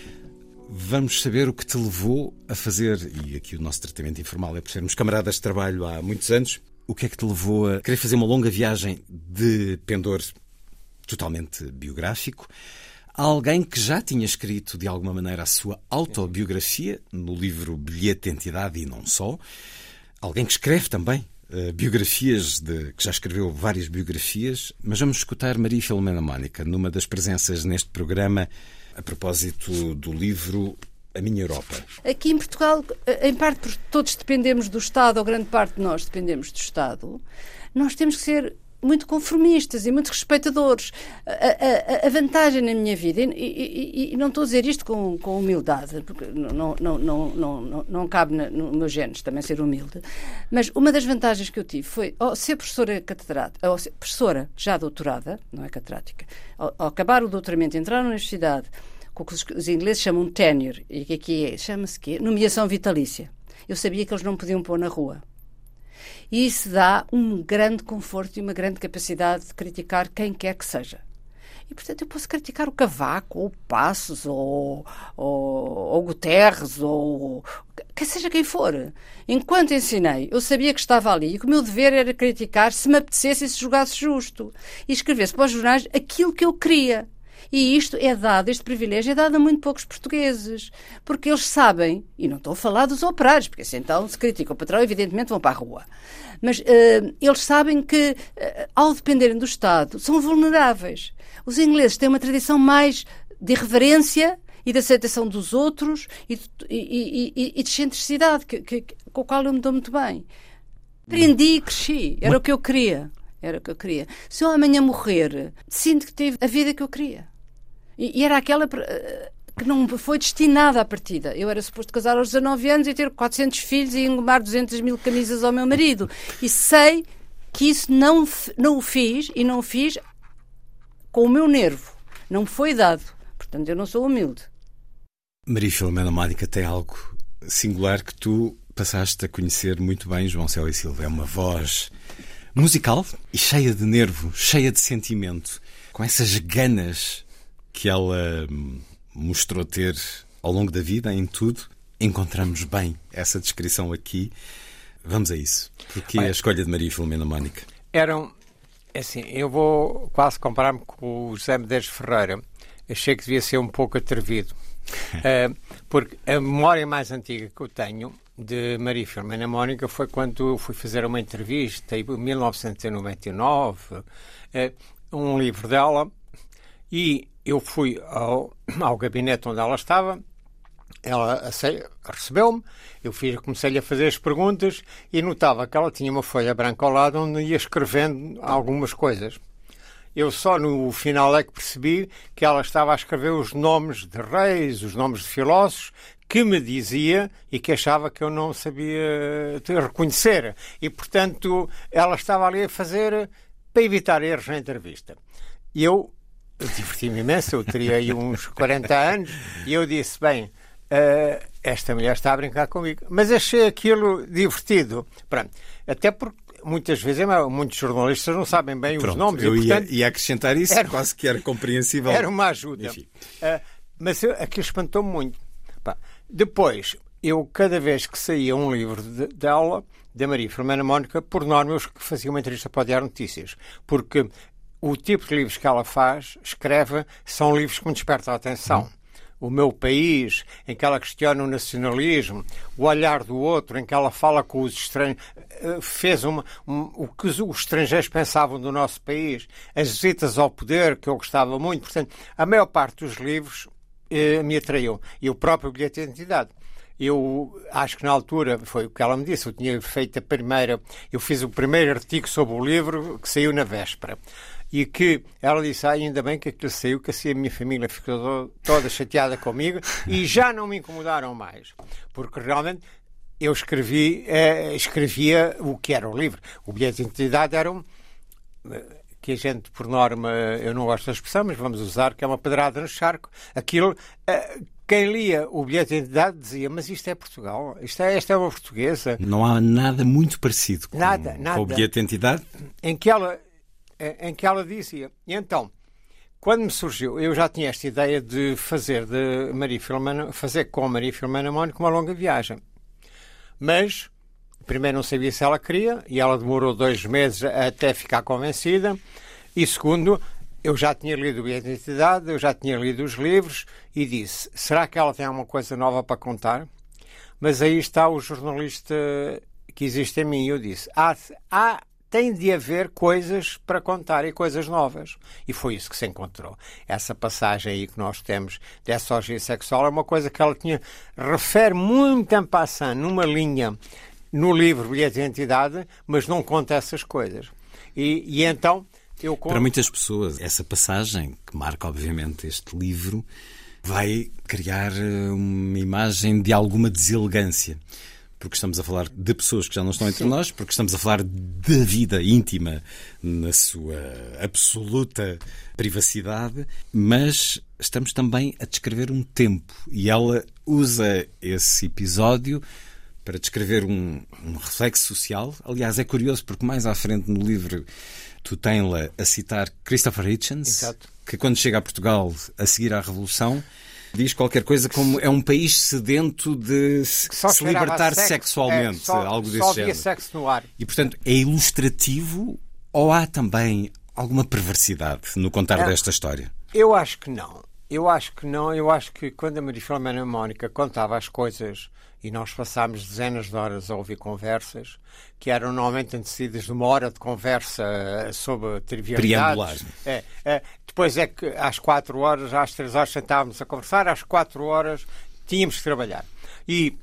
Vamos saber o que te levou a fazer, e aqui o nosso tratamento informal é por sermos camaradas de trabalho há muitos anos, o que é que te levou a querer fazer uma longa viagem de pendor totalmente biográfico a alguém que já tinha escrito de alguma maneira a sua autobiografia no livro Bilhete de Identidade e não só, alguém que escreve também uh, biografias, de, que já escreveu várias biografias, mas vamos escutar Maria Filomena Mónica numa das presenças neste programa a propósito do livro A Minha Europa. Aqui em Portugal, em parte porque todos dependemos do Estado, ou grande parte de nós dependemos do Estado, nós temos que ser muito conformistas e muito respeitadores. A, a, a vantagem na minha vida, e, e, e não estou a dizer isto com, com humildade, porque não, não, não, não, não, não cabe na, no meu genes também ser humilde, mas uma das vantagens que eu tive foi, ao ser professora catedrática, ao ser professora já doutorada, não é catedrática, ao, ao acabar o doutoramento, entrar na universidade, com o que os, os ingleses chamam tenure, e que aqui é, chama-se quê? Nomeação vitalícia. Eu sabia que eles não podiam pôr na rua. E isso dá um grande conforto e uma grande capacidade de criticar quem quer que seja. E, portanto, eu posso criticar o Cavaco, ou o Passos, ou, ou, ou o Guterres, ou que seja quem for. Enquanto ensinei, eu sabia que estava ali e que o meu dever era criticar se me apetecesse e se julgasse justo. E escrevesse para os jornais aquilo que eu queria. E isto é dado, este privilégio é dado a muito poucos portugueses, porque eles sabem, e não estou a falar dos operários, porque assim então se critica o patrão, evidentemente vão para a rua, mas uh, eles sabem que, uh, ao dependerem do Estado, são vulneráveis. Os ingleses têm uma tradição mais de irreverência e de aceitação dos outros e de, e, e, e de excentricidade, que, que, com o qual eu me dou muito bem. Aprendi e cresci, era o que eu queria. Era o que eu queria. Se eu amanhã morrer, sinto que tive a vida que eu queria. E, e era aquela que não foi destinada à partida. Eu era suposto casar aos dezanove anos e ter quatrocentos filhos e engomar duzentas mil camisas ao meu marido. E sei que isso não, não o fiz, e não o fiz com o meu nervo. Não me foi dado. Portanto, eu não sou humilde. Maria Filomena Mónica tem algo singular que tu passaste a conhecer muito bem, João Céu e Silva. É uma voz musical e cheia de nervo, cheia de sentimento, com essas ganas que ela mostrou ter ao longo da vida, em tudo. Encontramos bem essa descrição aqui. Vamos a isso. Porque a escolha de Maria Filomena Mónica? Eram, assim, eu vou quase comparar-me com o José Medeiros Ferreira. Achei que devia ser um pouco atrevido. uh, porque a memória mais antiga que eu tenho de Maria Filomena Mónica foi quando eu fui fazer uma entrevista em mil novecentos e noventa e nove, uh, um livro dela, e eu fui ao, ao gabinete onde ela estava, ela recebeu-me, eu fiz, comecei-lhe a fazer as perguntas e notava que ela tinha uma folha branca ao lado onde ia escrevendo algumas coisas. Eu só no final é que percebi que ela estava a escrever os nomes de reis, os nomes de filósofos, que me dizia e que achava que eu não sabia reconhecer. E, portanto, ela estava ali a fazer para evitar erros na entrevista. E eu, eu diverti-me imenso, eu teria aí uns quarenta anos, e eu disse, bem, uh, esta mulher está a brincar comigo. Mas achei aquilo divertido. Pronto. Até porque muitas vezes, muitos jornalistas não sabem bem Pronto, os nomes. Eu e, portanto, ia, ia acrescentar isso, era, quase que era compreensível. Era uma ajuda. Uh, mas eu, aquilo espantou-me muito. Pá. Depois, eu, cada vez que saía um livro de, dela, da Maria Filomena Mónica, por norma, eu fazia uma entrevista para o Diário Notícias. Porque o tipo de livros que ela faz, escreve, são livros que me despertam a atenção. Hum. O Meu País, em que ela questiona o nacionalismo, O Olhar do Outro, em que ela fala com os estranhos, fez uma, um, o que os estrangeiros pensavam do nosso país, As Visitas ao Poder, que eu gostava muito. Portanto, a maior parte dos livros eh, me atraiu. E o próprio Bilhete de Identidade. Eu acho que na altura, foi o que ela me disse, eu tinha feito a primeira, eu fiz o primeiro artigo sobre o livro que saiu na véspera. E que ela disse, ah, ainda bem que aquilo saiu, que assim a minha família ficou toda chateada comigo e já não me incomodaram mais. Porque realmente eu escrevi, eh, escrevia o que era o livro. O Bilhete de Identidade era um, que a gente, por norma, eu não gosto da expressão, mas vamos usar, que é uma pedrada no charco. Aquilo, eh, quem lia o Bilhete de Identidade dizia, mas isto é Portugal, isto é, esta é uma portuguesa. Não há nada muito parecido com, nada, nada. com o Bilhete de Identidade? Em que ela... em que ela dizia. E então, quando me surgiu, eu já tinha esta ideia de fazer de Maria Filomena, fazer com Maria Filomena Mónica uma longa viagem. Mas, primeiro não sabia se ela queria, e ela demorou dois meses até ficar convencida, e segundo, eu já tinha lido a Identidade, eu já tinha lido os livros, e disse, será que ela tem alguma coisa nova para contar? Mas aí está o jornalista que existe em mim, e eu disse, há... há tem de haver coisas para contar e coisas novas. E foi isso que se encontrou. Essa passagem aí que nós temos dessa orgia sexual é uma coisa que ela tinha, refere muito en passant, numa linha, no livro Bilhete de Identidade, mas não conta essas coisas. E, e então... eu conto... Para muitas pessoas, essa passagem, que marca obviamente este livro, vai criar uma imagem de alguma deselegância. Porque estamos a falar de pessoas que já não estão entre Sim. nós, porque estamos a falar da vida íntima na sua absoluta privacidade, mas estamos também a descrever um tempo. E ela usa esse episódio para descrever um, um reflexo social. Aliás, é curioso porque mais à frente no livro tu tens-la a citar Christopher Hitchens, Exato. que quando chega a Portugal a seguir à Revolução, diz qualquer coisa como é um país sedento de só se libertar sexo, sexualmente, é, só, algo desse só género. Só havia sexo no ar. E, portanto, é ilustrativo ou há também alguma perversidade no contar é, desta história? Eu acho que não. Eu acho que não. Eu acho que quando a Maria Filomena Mónica contava as coisas e nós passámos dezenas de horas a ouvir conversas que eram normalmente antecedidas de uma hora de conversa sobre trivialidades. É, é, depois é que às quatro horas, às três horas sentávamos a conversar, às quatro horas tínhamos que trabalhar. E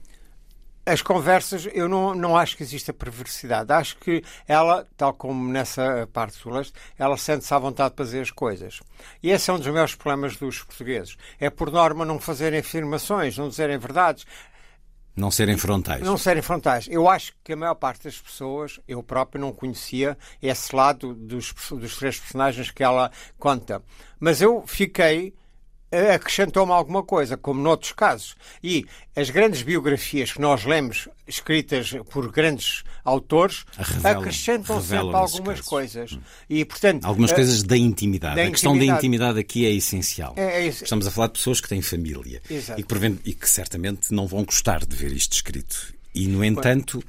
as conversas, eu não, não acho que exista perversidade. Acho que ela, tal como nessa parte do leste, ela sente-se à vontade de fazer as coisas. E esse é um dos maiores problemas dos portugueses. É, por norma, não fazerem afirmações, não dizerem verdades. Não serem frontais. Não serem frontais. Eu acho que a maior parte das pessoas, eu próprio não conhecia esse lado dos, dos três personagens que ela conta. Mas eu fiquei... acrescentou-me alguma coisa, como noutros casos. E as grandes biografias que nós lemos, escritas por grandes autores, revelam, acrescentam sempre algumas casos. coisas. E, portanto, algumas uh, coisas da intimidade. Da a questão intimidade. da intimidade aqui é essencial. É, é Estamos a falar de pessoas que têm família e que, e que certamente não vão gostar de ver isto escrito. E, no entanto,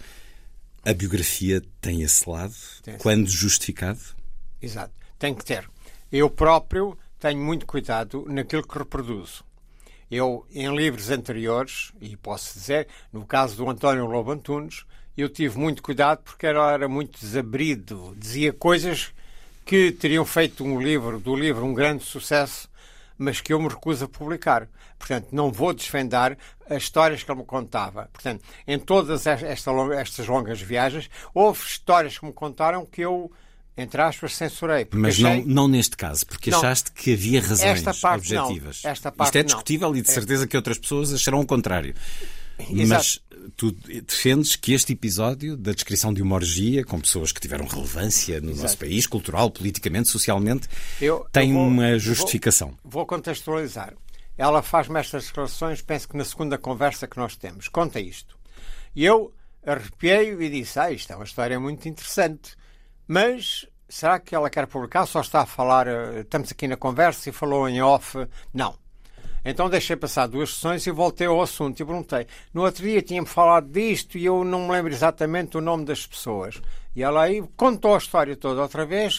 a biografia tem esse lado, tem quando esse. justificado. Exato. Tem que ter. Eu próprio... tenho muito cuidado naquilo que reproduzo. Eu, em livros anteriores, e posso dizer, no caso do António Lobo Antunes, eu tive muito cuidado porque ele era muito desabrido. Dizia coisas que teriam feito um livro, do livro um grande sucesso, mas que eu me recuso a publicar. Portanto, não vou desvendar as histórias que ele me contava. Portanto, em todas esta longa, estas longas viagens, houve histórias que me contaram que eu... entre aspas, censurei. Mas achei... não, não neste caso, porque não. achaste que havia razões Esta parte objetivas. Não. Esta parte Isto é não. discutível e de certeza que outras pessoas acharão o contrário. Exato. Mas tu defendes que este episódio da descrição de uma orgia com pessoas que tiveram relevância no Exato. nosso país, cultural, politicamente, socialmente, eu, tem eu vou, uma justificação. Vou, vou contextualizar. Ela faz-me estas declarações, penso que na segunda conversa que nós temos. Conta isto. E eu arrepiei e disse, ah, isto é uma história muito interessante, mas será que ela quer publicar? Só está a falar, estamos aqui na conversa e falou em off. Não. Então deixei passar duas sessões e voltei ao assunto e perguntei. No outro dia tinha-me falado disto e eu não me lembro exatamente o nome das pessoas. E ela aí contou a história toda outra vez,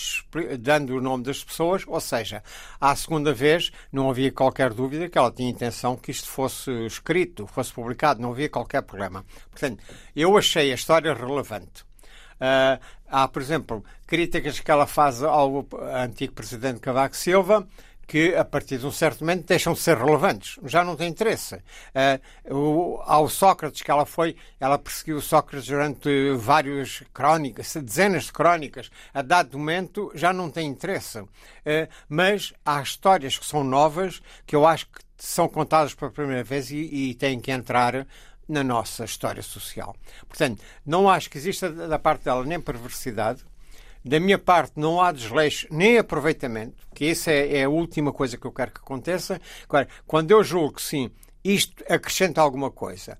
dando o nome das pessoas, ou seja, à segunda vez não havia qualquer dúvida que ela tinha intenção que isto fosse escrito, fosse publicado, não havia qualquer problema. Portanto, eu achei a história relevante. Uh, há, por exemplo, críticas que ela faz ao antigo presidente Cavaco Silva, que a partir de um certo momento deixam de ser relevantes, já não tem interesse. Uh, o, ao Sócrates que ela foi, ela perseguiu Sócrates durante várias crónicas, dezenas de crónicas, a dado momento já não tem interesse. Uh, mas há histórias que são novas, que eu acho que são contadas pela primeira vez e, e têm que entrar na nossa história social. Portanto, não acho que exista da parte dela nem perversidade. Da minha parte, não há desleixo nem aproveitamento, que isso é, é a última coisa que eu quero que aconteça. Agora, quando eu julgo que sim, isto acrescenta alguma coisa,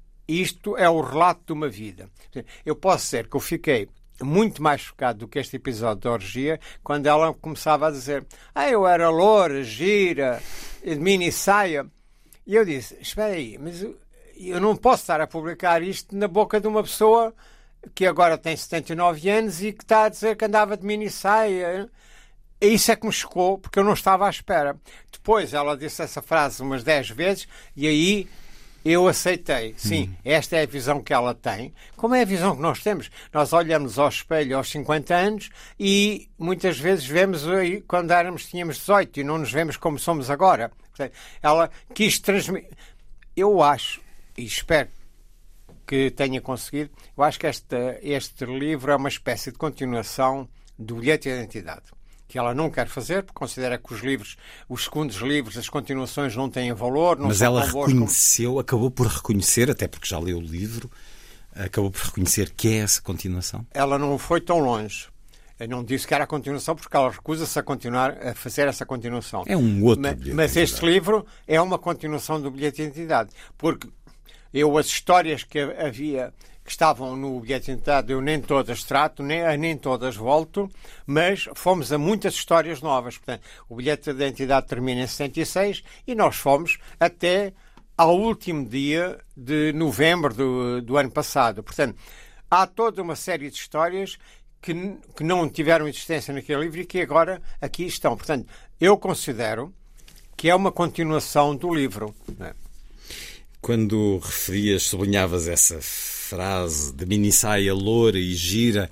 isto é o relato de uma vida. Eu posso dizer que eu fiquei muito mais chocado do que este episódio da orgia, quando ela começava a dizer, ah, eu era loura, gira, mini saia. E eu disse, espera aí, mas eu, eu não posso estar a publicar isto na boca de uma pessoa que agora tem setenta e nove anos e que está a dizer que andava de mini saia. Isso é que me chocou, porque eu não estava à espera. Depois ela disse essa frase umas dez vezes e aí eu aceitei. Sim, hum. esta é a visão que ela tem. Como é a visão que nós temos? Nós olhamos ao espelho aos cinquenta anos e muitas vezes vemos quando éramos, tínhamos dezoito e não nos vemos como somos agora. Ela quis transmitir. Eu acho, e espero que tenha conseguido, eu acho que este, este livro é uma espécie de continuação do Bilhete de Identidade, que ela não quer fazer, porque considera que os livros, os segundos livros, as continuações não têm valor. Não Mas são ela tão reconheceu, como... acabou por reconhecer, até porque já leu o livro, acabou por reconhecer que é essa continuação? Ela não foi tão longe. Eu não disse que era a continuação, porque ela recusa-se a continuar a fazer essa continuação. É um outro mas, bilhete mas de este livro é uma continuação do Bilhete de Identidade, porque eu, as histórias que havia, que estavam no Bilhete de Identidade, eu nem todas trato, nem, a nem todas volto, mas fomos a muitas histórias novas. Portanto, o Bilhete de Identidade termina em setenta e seis e nós fomos até ao último dia de novembro do, do ano passado. Portanto, há toda uma série de histórias que, que não tiveram existência naquele livro e que agora aqui estão. Portanto, eu considero que é uma continuação do livro, não é? Quando referias, sublinhavas essa frase de mini saia loura e gira,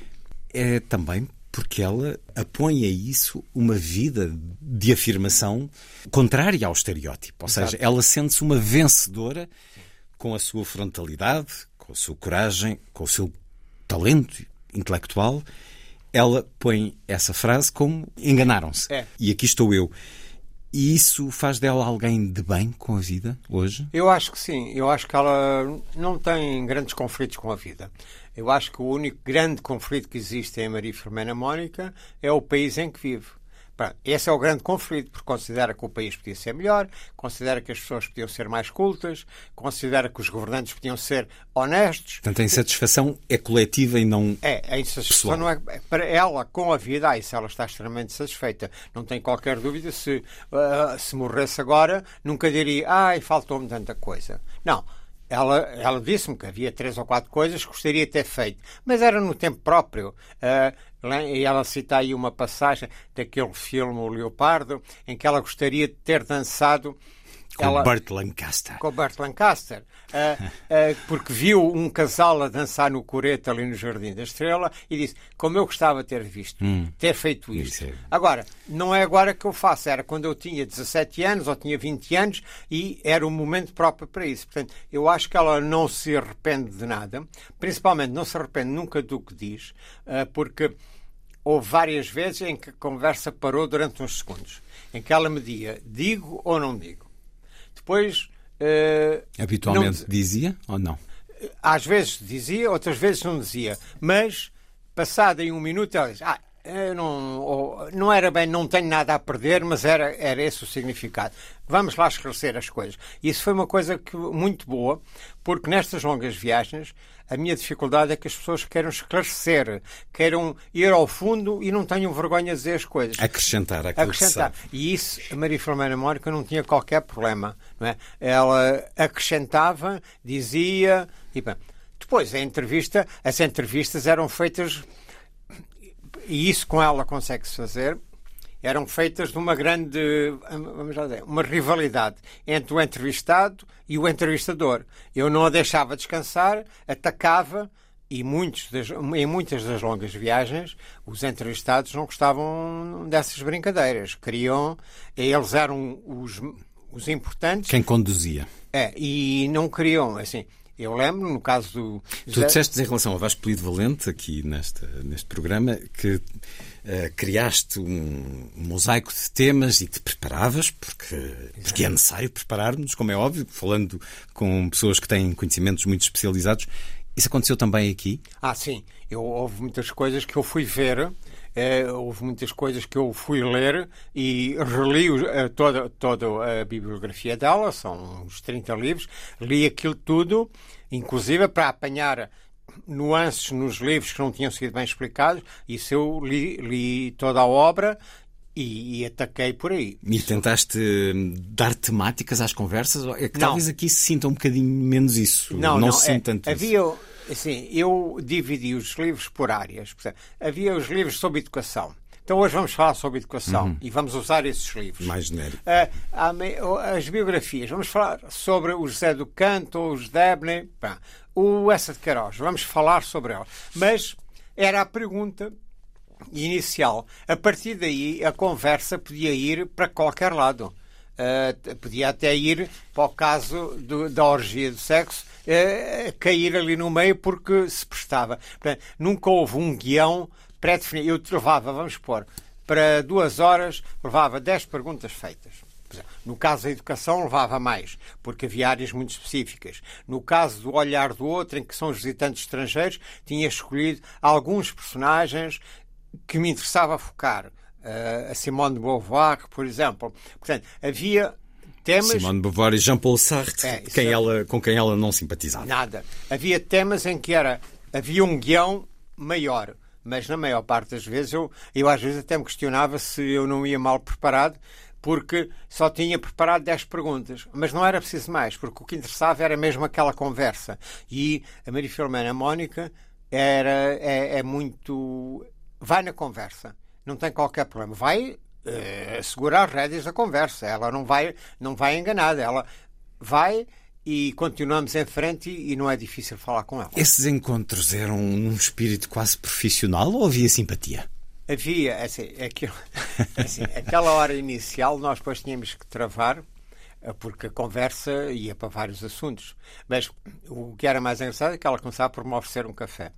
é também porque ela apõe a isso uma vida de afirmação contrária ao estereótipo. Ou Exato. seja, ela sente-se uma vencedora com a sua frontalidade, com a sua coragem, com o seu talento intelectual. Ela põe essa frase como enganaram-se. É. E aqui estou eu. E isso faz dela alguém de bem com a vida hoje? Eu acho que sim. Eu acho que ela não tem grandes conflitos com a vida. Eu acho que o único grande conflito que existe em Maria Filomena Mónica é o país em que vive. Esse é o grande conflito, porque considera que o país podia ser melhor, considera que as pessoas podiam ser mais cultas, considera que os governantes podiam ser honestos. Portanto, a insatisfação é coletiva e não É, a insatisfação pessoal. não é para ela com a vida. Ah, isso ela está extremamente satisfeita. Não tem qualquer dúvida. Se, uh, se morresse agora, nunca diria, ai, faltou-me tanta coisa. Não. Ela, ela disse-me que havia três ou quatro coisas que gostaria de ter feito, mas era no tempo próprio. Uh, e ela cita aí uma passagem daquele filme O Leopardo, em que ela gostaria de ter dançado com ela, Burt Lancaster. Com Burt Lancaster. Uh, uh, porque viu um casal a dançar no coreto ali no Jardim da Estrela e disse, como eu gostava de ter visto, hum, ter feito isto. É... Agora, não é agora que eu faço, era quando eu tinha dezassete anos ou tinha vinte anos e era o momento próprio para isso. Portanto, eu acho que ela não se arrepende de nada, principalmente não se arrepende nunca do que diz, uh, porque houve várias vezes em que a conversa parou durante uns segundos, em que ela me dizia, digo ou não digo. Depois... Uh, Habitualmente não, dizia ou não? Às vezes dizia, outras vezes não dizia. Mas, passado em um minuto, ela diz, ah, não, não era bem, não tenho nada a perder, mas era, era esse o significado. Vamos lá esclarecer as coisas. Isso foi uma coisa que, muito boa, porque nestas longas viagens a minha dificuldade é que as pessoas queiram esclarecer, queiram ir ao fundo e não tenham vergonha de dizer as coisas. Acrescentar aquilo Acrescentar. que sabe. E isso a Maria Filomena Mónica não tinha qualquer problema. Não é? Ela acrescentava, dizia... E, bem, depois, a entrevista, as entrevistas eram feitas, e isso com ela consegue-se fazer, eram feitas de uma grande, vamos lá dizer, uma rivalidade entre o entrevistado e o entrevistador. Eu não a deixava descansar, atacava, e muitos das, em muitas das longas viagens os entrevistados não gostavam dessas brincadeiras. Queriam, eles eram os, os importantes. Quem conduzia. É, e não queriam, assim... Eu lembro, no caso do... Tu disseste em relação ao Vasco Polido Valente, aqui neste, neste programa, que uh, criaste um, um mosaico de temas e te preparavas, porque, porque é necessário preparar-nos, como é óbvio, falando com pessoas que têm conhecimentos muito especializados. Isso aconteceu também aqui? Ah, sim. Eu, houve muitas coisas que eu fui ver... Uh, houve muitas coisas que eu fui ler e reli uh, toda, toda a bibliografia dela, são uns trinta livros, li aquilo tudo, inclusive para apanhar nuances nos livros que não tinham sido bem explicados. Isso eu li, li toda a obra e, e ataquei por aí. E tentaste dar temáticas às conversas? É que não. Talvez aqui se sinta um bocadinho menos isso. Não, não, não se sinta é, tanto havia, isso. Assim, eu dividi os livros por áreas. Portanto, havia os livros sobre educação. Então hoje vamos falar sobre educação uhum. e vamos usar esses livros. Mais genérico. Uh, as biografias. Vamos falar sobre o José do Canto, o José Debney, o Essa de Queiroz. Vamos falar sobre ela. Mas era a pergunta inicial. A partir daí, a conversa podia ir para qualquer lado. Uh, podia até ir para o caso do, da orgia do sexo, uh, cair ali no meio porque se prestava. Portanto, nunca houve um guião pré-definido. Eu te levava, vamos pôr, para duas horas, levava dez perguntas feitas. No caso da educação, levava mais, porque havia áreas muito específicas. No caso do Olhar do Outro, em que são os visitantes estrangeiros, tinha escolhido alguns personagens que me interessava focar. Uh, a Simone de Beauvoir, por exemplo. Portanto, havia temas... Simone de Beauvoir e Jean-Paul Sartre, é, quem é... ela, com quem ela não simpatizava. Nada. Havia temas em que era, havia um guião maior, mas na maior parte das vezes eu, eu às vezes até me questionava se eu não ia mal preparado, porque só tinha preparado dez perguntas. Mas não era preciso mais, porque o que interessava era mesmo aquela conversa. E a Maria Filomena Mónica era, é, é muito... vai na conversa. Não tem qualquer problema. Vai uh, segurar as rédeas da conversa. Ela não vai, não vai enganada. Ela vai e continuamos em frente e, e não é difícil falar com ela. Esses encontros eram num espírito quase profissional ou havia simpatia? Havia. Assim, aquilo, assim, aquela hora inicial nós depois tínhamos que travar porque a conversa ia para vários assuntos. Mas o que era mais engraçado é que ela começava por me oferecer um café.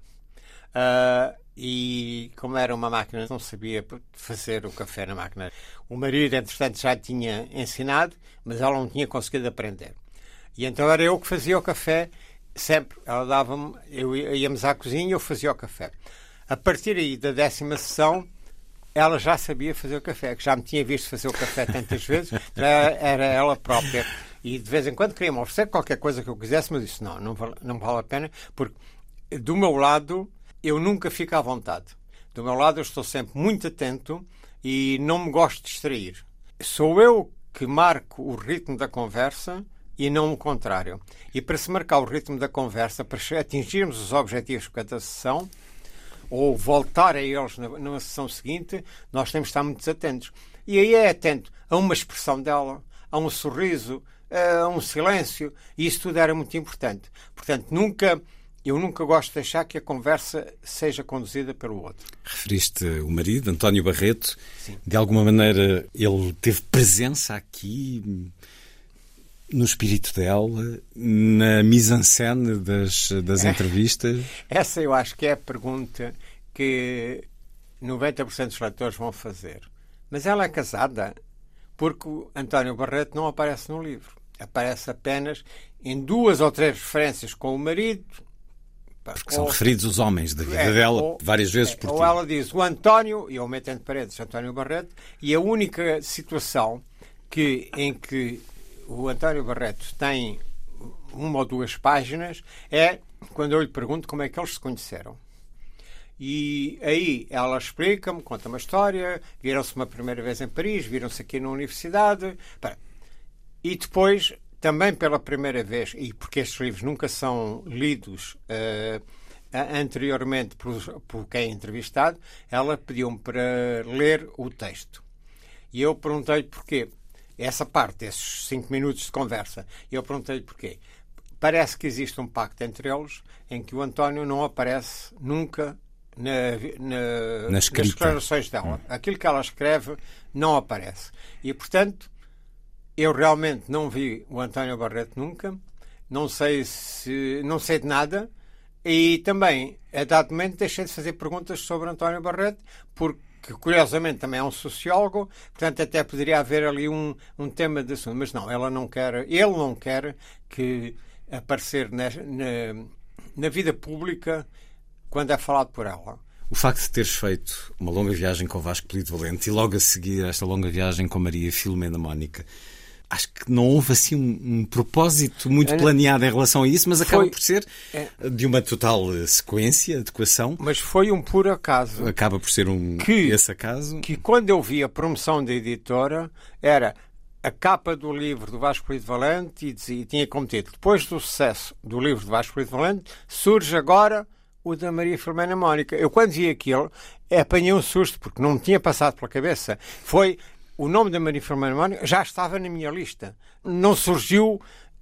Uh, e como era uma máquina, não sabia fazer o café na máquina. O marido, entretanto, já tinha ensinado, mas ela não tinha conseguido aprender. E então era eu que fazia o café sempre. Ela dava-me, eu íamos à cozinha e eu fazia o café. A partir aí da décima sessão, ela já sabia fazer o café, que já me tinha visto fazer o café tantas vezes, já era ela própria. E de vez em quando queria-me oferecer qualquer coisa que eu quisesse, mas disse, não, não vale, não vale a pena, porque do meu lado eu nunca fico à vontade. Do meu lado eu estou sempre muito atento e não me gosto de distrair. Sou eu que marco o ritmo da conversa e não o contrário. E para se marcar o ritmo da conversa, para atingirmos os objetivos de cada sessão, ou voltar a eles na, na sessão seguinte, nós temos de estar muito atentos. E aí é atento a uma expressão dela, a um sorriso, a um silêncio, e isso tudo era muito importante. Portanto, nunca... Eu nunca gosto de deixar que a conversa seja conduzida pelo outro. Referiste o marido, António Barreto. Sim. De alguma maneira ele teve presença aqui no espírito dela, na mise-en-scène das, das é. entrevistas? Essa eu acho que é a pergunta que noventa por cento dos leitores vão fazer. Mas ela é casada? Porque o António Barreto não aparece no livro. Aparece apenas em duas ou três referências com o marido, Porque são ou, referidos os homens da vida é, dela ou, várias vezes por Ou ti. ela diz o António, e eu meto entre paredes António Barreto, e a única situação que, em que o António Barreto tem uma ou duas páginas é quando eu lhe pergunto como é que eles se conheceram. E aí ela explica-me, conta uma história, viram-se uma primeira vez em Paris, viram-se aqui na universidade, e depois, também pela primeira vez, e porque estes livros nunca são lidos uh, anteriormente por, por quem é entrevistado, ela pediu-me para ler o texto. E eu perguntei-lhe porquê. Essa parte, esses cinco minutos de conversa, eu perguntei-lhe porquê. Parece que existe um pacto entre eles em que o António não aparece nunca na, na, na nas declarações dela. Hum. Aquilo que ela escreve não aparece. E, portanto, eu realmente não vi o António Barreto nunca, não sei se não sei de nada, e também, a dado momento, deixei de fazer perguntas sobre António Barreto, porque que curiosamente também é um sociólogo, portanto até poderia haver ali um, um tema de assunto, mas não, ela não quer, ele não quer que aparecer na, na, na vida pública quando é falado por ela. O facto de teres feito uma longa viagem com Vasco Polido Valente e logo a seguir esta longa viagem com Maria Filomena Mónica, acho que não houve assim um, um propósito muito planeado em relação a isso, mas acaba foi, por ser é, de uma total sequência, adequação. Mas foi um puro acaso. Acaba por ser um que, esse acaso. Que quando eu vi a promoção da editora, era a capa do livro do Vasco Polido Valente e, dizia, e tinha como título: depois do sucesso do livro do Vasco Polido Valente, surge agora o da Maria Filomena Mónica. Eu quando vi aquilo, apanhei um susto, porque não me tinha passado pela cabeça. Foi... O nome da Maria Filomena Mónica já estava na minha lista. Não surgiu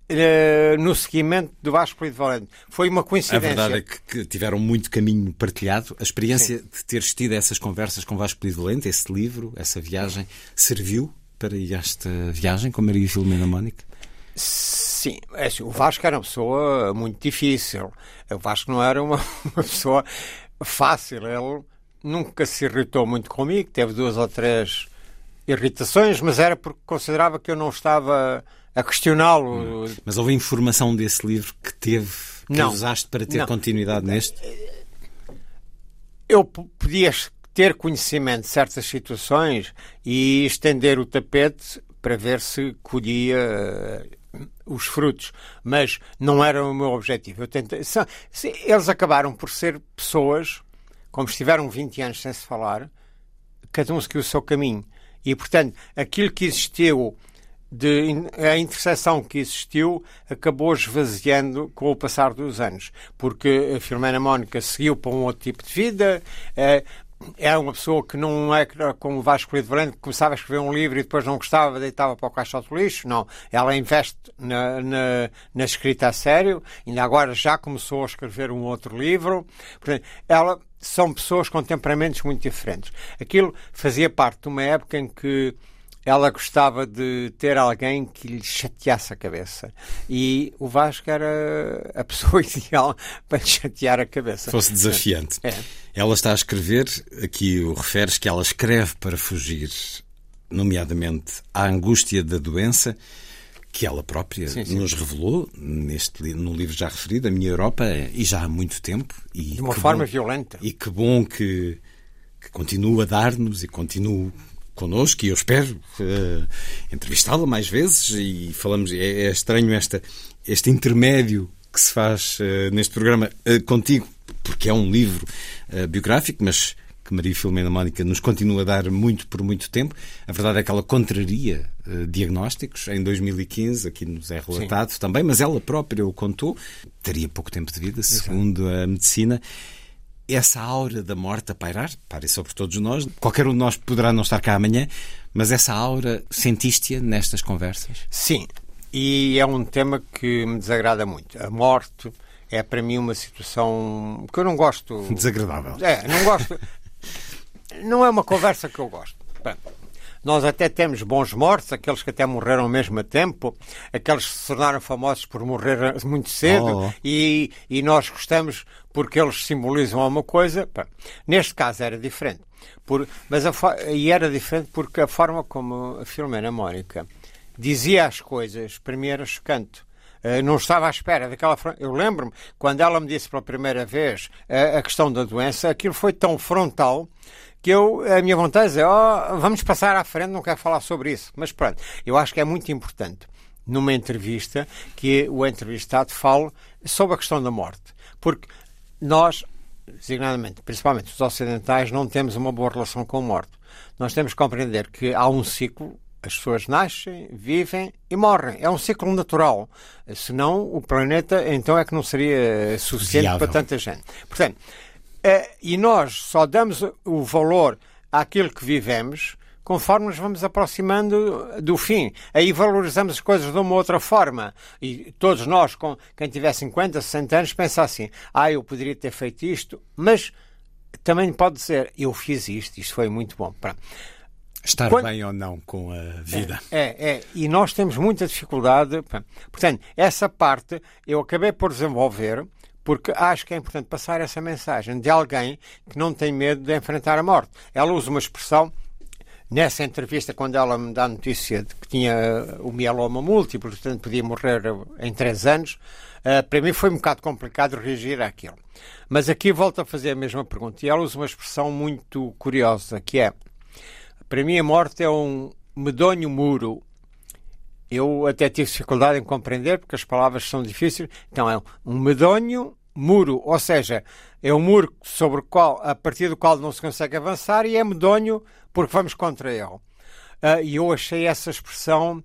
uh, no seguimento do Vasco Polido Valente. Foi uma coincidência. A verdade é que, que tiveram muito caminho partilhado. A experiência Sim. de teres tido essas conversas com Vasco Polido Valente, esse livro, essa viagem, serviu para esta viagem com Maria Filomena Mónica? Sim. É assim, o Vasco era uma pessoa muito difícil. O Vasco não era uma, uma pessoa fácil. Ele nunca se irritou muito comigo. Teve duas ou três irritações, mas era porque considerava que eu não estava a questioná-lo. Hum. Mas houve informação desse livro que teve, que não, usaste para ter não. continuidade neste? Eu p- podia ter conhecimento de certas situações e estender o tapete para ver se colhia uh, os frutos, mas não era o meu objetivo. Eu tentei, se, se, eles acabaram por ser pessoas, como estiveram vinte anos sem se falar, cada um seguiu o seu caminho. E, portanto, aquilo que existiu, de, a interseção que existiu, acabou esvaziando com o passar dos anos. Porque a Filomena Mónica seguiu para um outro tipo de vida, é, é uma pessoa que não é como o Vasco Polido Valente, que começava a escrever um livro e depois não gostava, deitava para o caixote do lixo. Não, ela investe na, na, na escrita a sério, ainda agora já começou a escrever um outro livro. Portanto, ela... São pessoas com temperamentos muito diferentes. Aquilo fazia parte de uma época em que ela gostava de ter alguém que lhe chateasse a cabeça. E o Vasco era a pessoa ideal para lhe chatear a cabeça. Fosse desafiante. É. Ela está a escrever, aqui o referes, que ela escreve para fugir, nomeadamente, à angústia da doença, que ela própria sim, sim. nos revelou neste, no livro já referido, A Minha Europa, e já há muito tempo. E de uma forma bom, violenta. E que bom que, que continue a dar-nos e continue connosco, e eu espero uh, entrevistá-la mais vezes, e falamos, é, é estranho esta, este intermédio que se faz uh, neste programa uh, contigo, porque é um livro uh, biográfico, mas que Maria Filomena Mónica nos continua a dar muito por muito tempo. A verdade é que ela contraria uh, diagnósticos em dois mil e quinze, aqui nos é relatado Sim. também, mas ela própria o contou. Teria pouco tempo de vida, segundo Exato. a medicina. Essa aura da morte a pairar, paira sobre todos nós. Qualquer um de nós poderá não estar cá amanhã, mas essa aura, sentiste-a nestas conversas? Sim, e é um tema que me desagrada muito. A morte é para mim uma situação que eu não gosto... Desagradável. É, não gosto... Não é uma conversa que eu gosto. Bem, nós até temos bons mortos, aqueles que até morreram ao mesmo tempo, aqueles que se tornaram famosos por morrer muito cedo, oh. e, e nós gostamos porque eles simbolizam alguma coisa. Bem, neste caso era diferente. Por, mas a, e era diferente porque a forma como a Filomena Mónica dizia as coisas, para mim era chocante. Uh, não estava à espera daquela forma. Eu lembro-me, quando ela me disse pela primeira vez uh, a questão da doença, aquilo foi tão frontal que eu, a minha vontade é dizer, oh, vamos passar à frente, não quero falar sobre isso. Mas pronto, eu acho que é muito importante, numa entrevista, que o entrevistado fale sobre a questão da morte. Porque nós, designadamente, principalmente os ocidentais, não temos uma boa relação com a morte. Nós temos que compreender que há um ciclo. As pessoas nascem, vivem e morrem. É um ciclo natural. Senão, o planeta, então, é que não seria suficiente Viável. Para tanta gente. Portanto, eh, e nós só damos o valor àquilo que vivemos conforme nos vamos aproximando do fim. Aí valorizamos as coisas de uma outra forma. E todos nós, com quem tiver cinquenta, sessenta anos, pensa assim, ah, eu poderia ter feito isto, mas também pode dizer, eu fiz isto, isto foi muito bom. Pronto. Estar Quando... bem ou não com a vida. É, é, é, e nós temos muita dificuldade. Portanto, essa parte eu acabei por desenvolver porque acho que é importante passar essa mensagem de alguém que não tem medo de enfrentar a morte. Ela usa uma expressão, nessa entrevista, quando ela me dá a notícia de que tinha o mieloma múltiplo, portanto podia morrer em três anos, uh, para mim foi um bocado complicado reagir àquilo. Mas aqui volto a fazer a mesma pergunta. E ela usa uma expressão muito curiosa, que é: para mim a morte é um medonho muro. Eu até tive dificuldade em compreender, porque as palavras são difíceis. Então é um medonho muro, ou seja, é um muro sobre o qual, a partir do qual não se consegue avançar, e é medonho porque vamos contra ele. Uh, e eu achei essa expressão,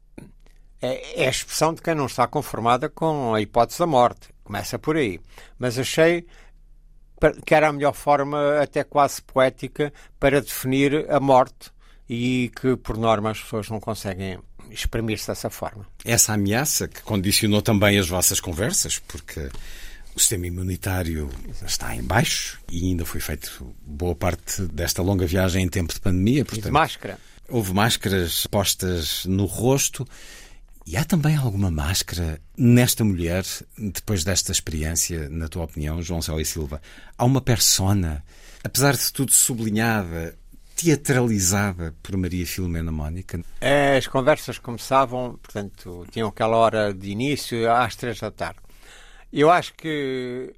é, é a expressão de quem não está conformada com a hipótese da morte. Começa por aí. Mas achei que era a melhor forma, até quase poética, para definir a morte, e que, por norma, as pessoas não conseguem exprimir-se dessa forma. Essa ameaça que condicionou também as vossas conversas, porque o sistema imunitário está em baixo e ainda foi feito boa parte desta longa viagem em tempo de pandemia. Portanto, e de máscara. Houve máscaras postas no rosto. E há também alguma máscara nesta mulher, depois desta experiência, na tua opinião, João Célio Silva? Há uma persona, apesar de tudo sublinhada, teatralizada por Maria Filomena Mónica? As conversas começavam, portanto, tinham aquela hora de início às três da tarde. Eu acho que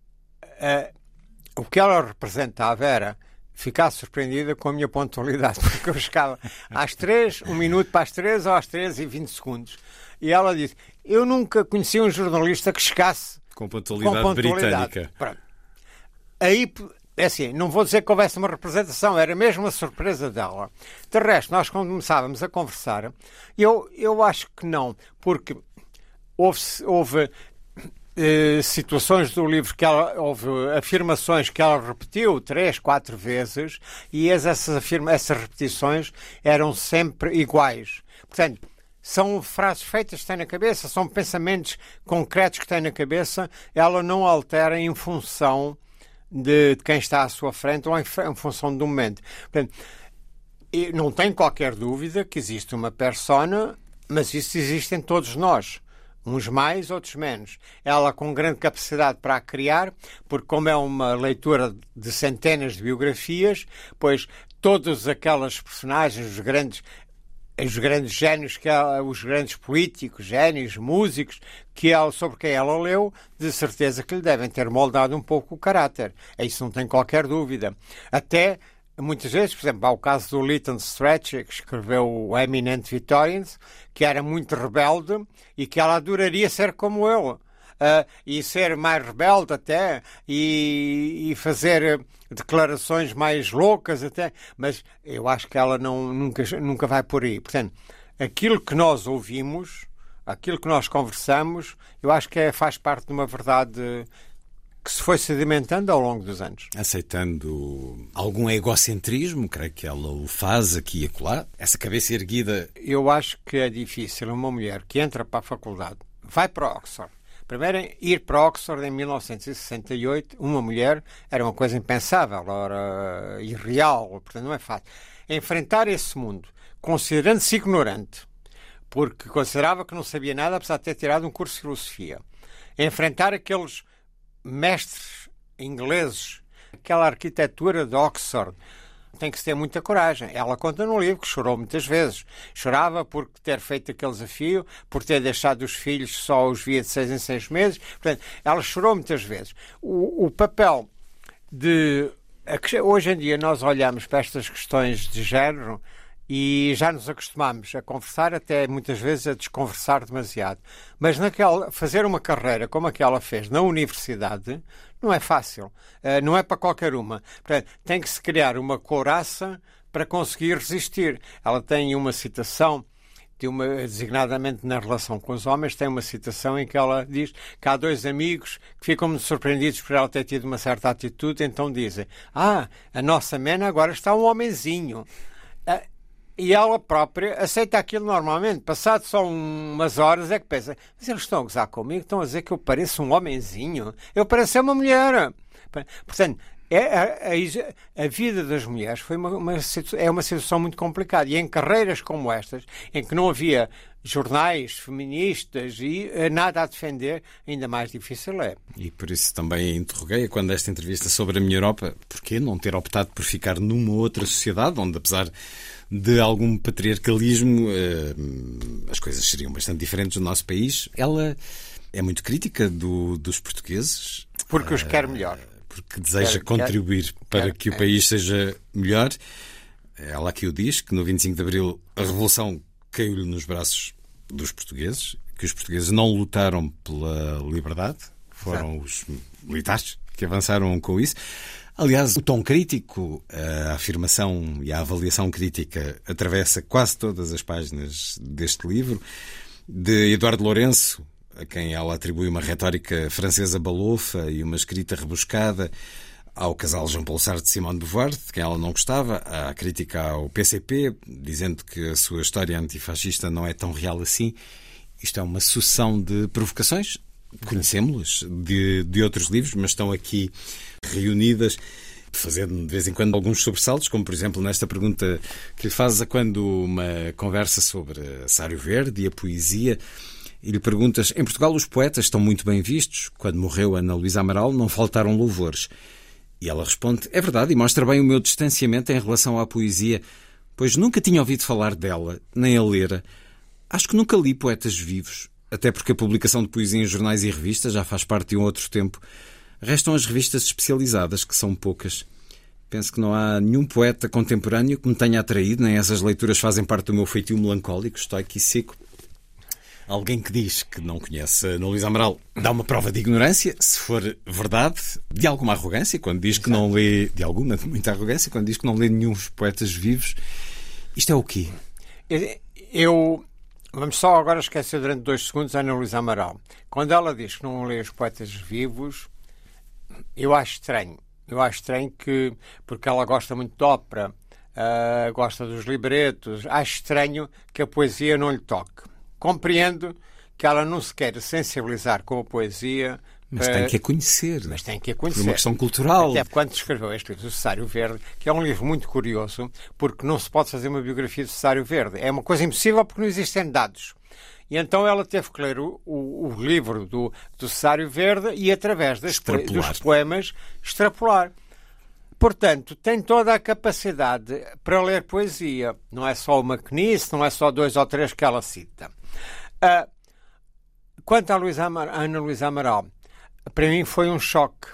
uh, o que ela representava era ficar surpreendida com a minha pontualidade, porque eu chegava às três, um minuto para as três ou às três e vinte segundos. E ela disse, eu nunca conheci um jornalista que chegasse com pontualidade, com pontualidade. britânica. Pronto. Aí, é assim, não vou dizer que houvesse uma representação, era mesmo a surpresa dela. De resto, nós começávamos a conversar, eu, eu acho que não, porque houve... houve Uh, situações do livro que ela, houve afirmações que ela repetiu três, quatro vezes, e essas, afirma, essas repetições eram sempre iguais. Portanto, são frases feitas que tem na cabeça, são pensamentos concretos que tem na cabeça, ela não altera em função de, de quem está à sua frente ou em, em função do momento. Portanto, e não tenho qualquer dúvida que existe uma persona, mas isso existe em todos nós. Uns mais, outros menos. Ela com grande capacidade para a criar, porque como é uma leitura de centenas de biografias, pois todas aquelas personagens, os grandes, os grandes génios, que ela, os grandes políticos, génios, músicos, que ela, sobre quem ela leu, de certeza que lhe devem ter moldado um pouco o caráter. Isso não tem qualquer dúvida. Até muitas vezes, por exemplo, há o caso do Lytton Strachey, que escreveu o Eminent Victorians, que era muito rebelde e que ela adoraria ser como ele. Uh, e ser mais rebelde até, e, e fazer declarações mais loucas até. Mas eu acho que ela não, nunca, nunca vai por aí. Portanto, aquilo que nós ouvimos, aquilo que nós conversamos, eu acho que é, faz parte de uma verdade que se foi sedimentando ao longo dos anos. Aceitando algum egocentrismo, creio que ela o faz aqui e acolá, essa cabeça erguida. Eu acho que é difícil uma mulher que entra para a faculdade, vai para Oxford. Primeiro, ir para Oxford em mil novecentos e sessenta e oito, uma mulher, era uma coisa impensável, era irreal, portanto não é fácil. Enfrentar esse mundo, considerando-se ignorante, porque considerava que não sabia nada, apesar de ter tirado um curso de filosofia. Enfrentar aqueles mestres ingleses, aquela arquitetura de Oxford, tem que se ter muita coragem. Ela conta no livro que chorou muitas vezes. Chorava por ter feito aquele desafio, por ter deixado os filhos, só os via de seis em seis meses. Portanto, ela chorou muitas vezes. O, o papel de... Hoje em dia nós olhamos para estas questões de género e já nos acostumamos a conversar, até muitas vezes a desconversar demasiado. Mas naquela, fazer uma carreira como a que ela fez na universidade não é fácil. Uh, não é para qualquer uma. Portanto, tem que se criar uma couraça para conseguir resistir. Ela tem uma citação, de uma, designadamente na relação com os homens, tem uma citação em que ela diz que há dois amigos que ficam muito surpreendidos por ela ter tido uma certa atitude, então dizem: ah, a nossa Mena agora está um homenzinho. Uh, E ela própria aceita aquilo normalmente. Passado só umas horas é que pensa: mas eles estão a gozar comigo? Estão a dizer que eu pareço um homenzinho? Eu pareço ser uma mulher. Portanto, é, a, a, a vida das mulheres foi uma, uma, é uma situação muito complicada. E em carreiras como estas, em que não havia jornais feministas e nada a defender, ainda mais difícil é. E por isso também interroguei, quando esta entrevista sobre a minha Europa, porquê não ter optado por ficar numa outra sociedade, onde apesar de algum patriarcalismo as coisas seriam bastante diferentes no nosso país. Ela é muito crítica do, dos portugueses. Porque os quer melhor. Porque deseja quer, contribuir quer, para quer, que o país seja melhor. Ela aqui o diz, que no vinte e cinco de Abril a Revolução caiu-lhe nos braços dos portugueses, que os portugueses não lutaram pela liberdade, foram Exato. Os militares que avançaram com isso. Aliás, o tom crítico, a afirmação e a avaliação crítica atravessa quase todas as páginas deste livro, de Eduardo Lourenço, a quem ela atribui uma retórica francesa balofa e uma escrita rebuscada, ao casal Jean-Paul Sartre de Simone de Beauvoir, de quem ela não gostava, à crítica ao P C P, dizendo que a sua história antifascista não é tão real assim. Isto é uma sucessão de provocações, conhecemos-las de, de outros livros, mas estão aqui reunidas, fazendo de vez em quando alguns sobressaltos, como por exemplo nesta pergunta que lhe fazes a quando uma conversa sobre Sário Verde e a poesia, e lhe perguntas: em Portugal os poetas estão muito bem vistos, quando morreu Ana Luísa Amaral não faltaram louvores. E ela responde: é verdade, e mostra bem o meu distanciamento em relação à poesia, pois nunca tinha ouvido falar dela, nem a lera. Acho que nunca li poetas vivos, até porque a publicação de poesia em jornais e revistas já faz parte de um outro tempo. Restam as revistas especializadas, que são poucas. Penso que não há nenhum poeta contemporâneo que me tenha atraído, nem essas leituras fazem parte do meu feitio melancólico, estoico e seco. Alguém que diz que não conhece Ana Luísa Amaral dá uma prova de ignorância, se for verdade, de alguma arrogância, quando diz que não lê, de alguma, de muita arrogância, quando diz que não lê nenhum poetas vivos. Isto é o quê? Eu... Vamos só agora esquecer durante dois segundos a Ana Luísa Amaral. Quando ela diz que não lê os poetas vivos, eu acho estranho. Eu acho estranho que, porque ela gosta muito de ópera, uh, gosta dos libretos, acho estranho que a poesia não lhe toque. Compreendo que ela não se queira sensibilizar com a poesia. Mas uh, tem que a conhecer. Mas tem que a conhecer. Por uma questão cultural. Até quando escreveu este livro, o Sário Verde, que é um livro muito curioso, porque não se pode fazer uma biografia de Sário Verde. É uma coisa impossível porque não existem dados. E então ela teve que ler o, o, o livro do, do Sário Verde e, através das, dos poemas, extrapolar. Portanto, tem toda a capacidade para ler poesia. Não é só uma quenice, não é só dois ou três que ela cita. Uh, quanto à Luísa Amar- Ana Luísa Amaral, para mim foi um choque.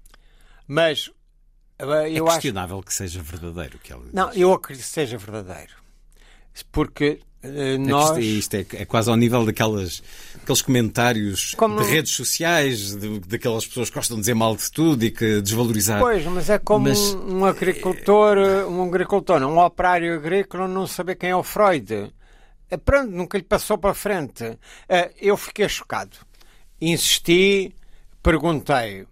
Mas uh, eu é questionável acho... que seja verdadeiro. Que ela diz. Não, eu acredito que seja verdadeiro. Porque uh, nós... Isto, isto é, é quase ao nível daquelas, daqueles comentários como... de redes sociais, de, daquelas pessoas que gostam de dizer mal de tudo e que desvalorizar. Pois, mas é como mas... um agricultor, um agricultor, um operário agrícola não saber quem é o Freud. Pronto, nunca lhe passou para a frente. Uh, eu fiquei chocado. Insisti, perguntei, uh,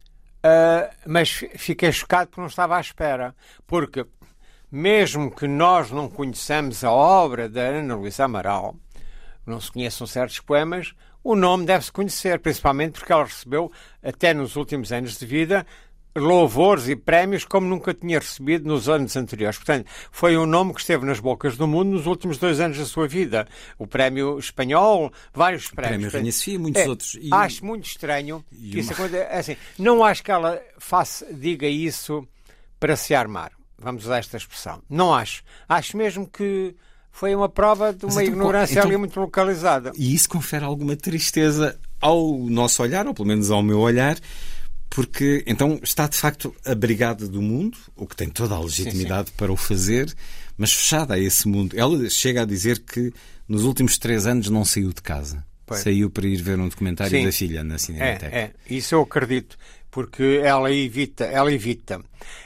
mas fiquei chocado porque não estava à espera. Porque, mesmo que nós não conheçamos a obra da Ana Luísa Amaral, não se conheçam certos poemas, o nome deve-se conhecer, principalmente porque ela recebeu, até nos últimos anos de vida, louvores e prémios como nunca tinha recebido nos anos anteriores. Portanto, foi um nome que esteve nas bocas do mundo nos últimos dois anos da sua vida. O prémio espanhol, vários prémios. O prémio Renasci e muitos é, outros. E... Acho muito estranho que isso aconteça. Assim, não acho que ela faça, diga isso para se armar. vamos usar esta expressão. Não acho. Acho mesmo que foi uma prova de uma então, ignorância então, ali muito localizada. E isso confere alguma tristeza ao nosso olhar, ou pelo menos ao meu olhar, porque então está de facto abrigada do mundo, o que tem toda a legitimidade sim, sim. para o fazer, mas fechada a esse mundo. Ela chega a dizer que nos últimos três anos não saiu de casa. Pois. Saiu para ir ver um documentário sim. da filha na Cinemateca. É, é, isso eu acredito, porque ela evita, ela evita.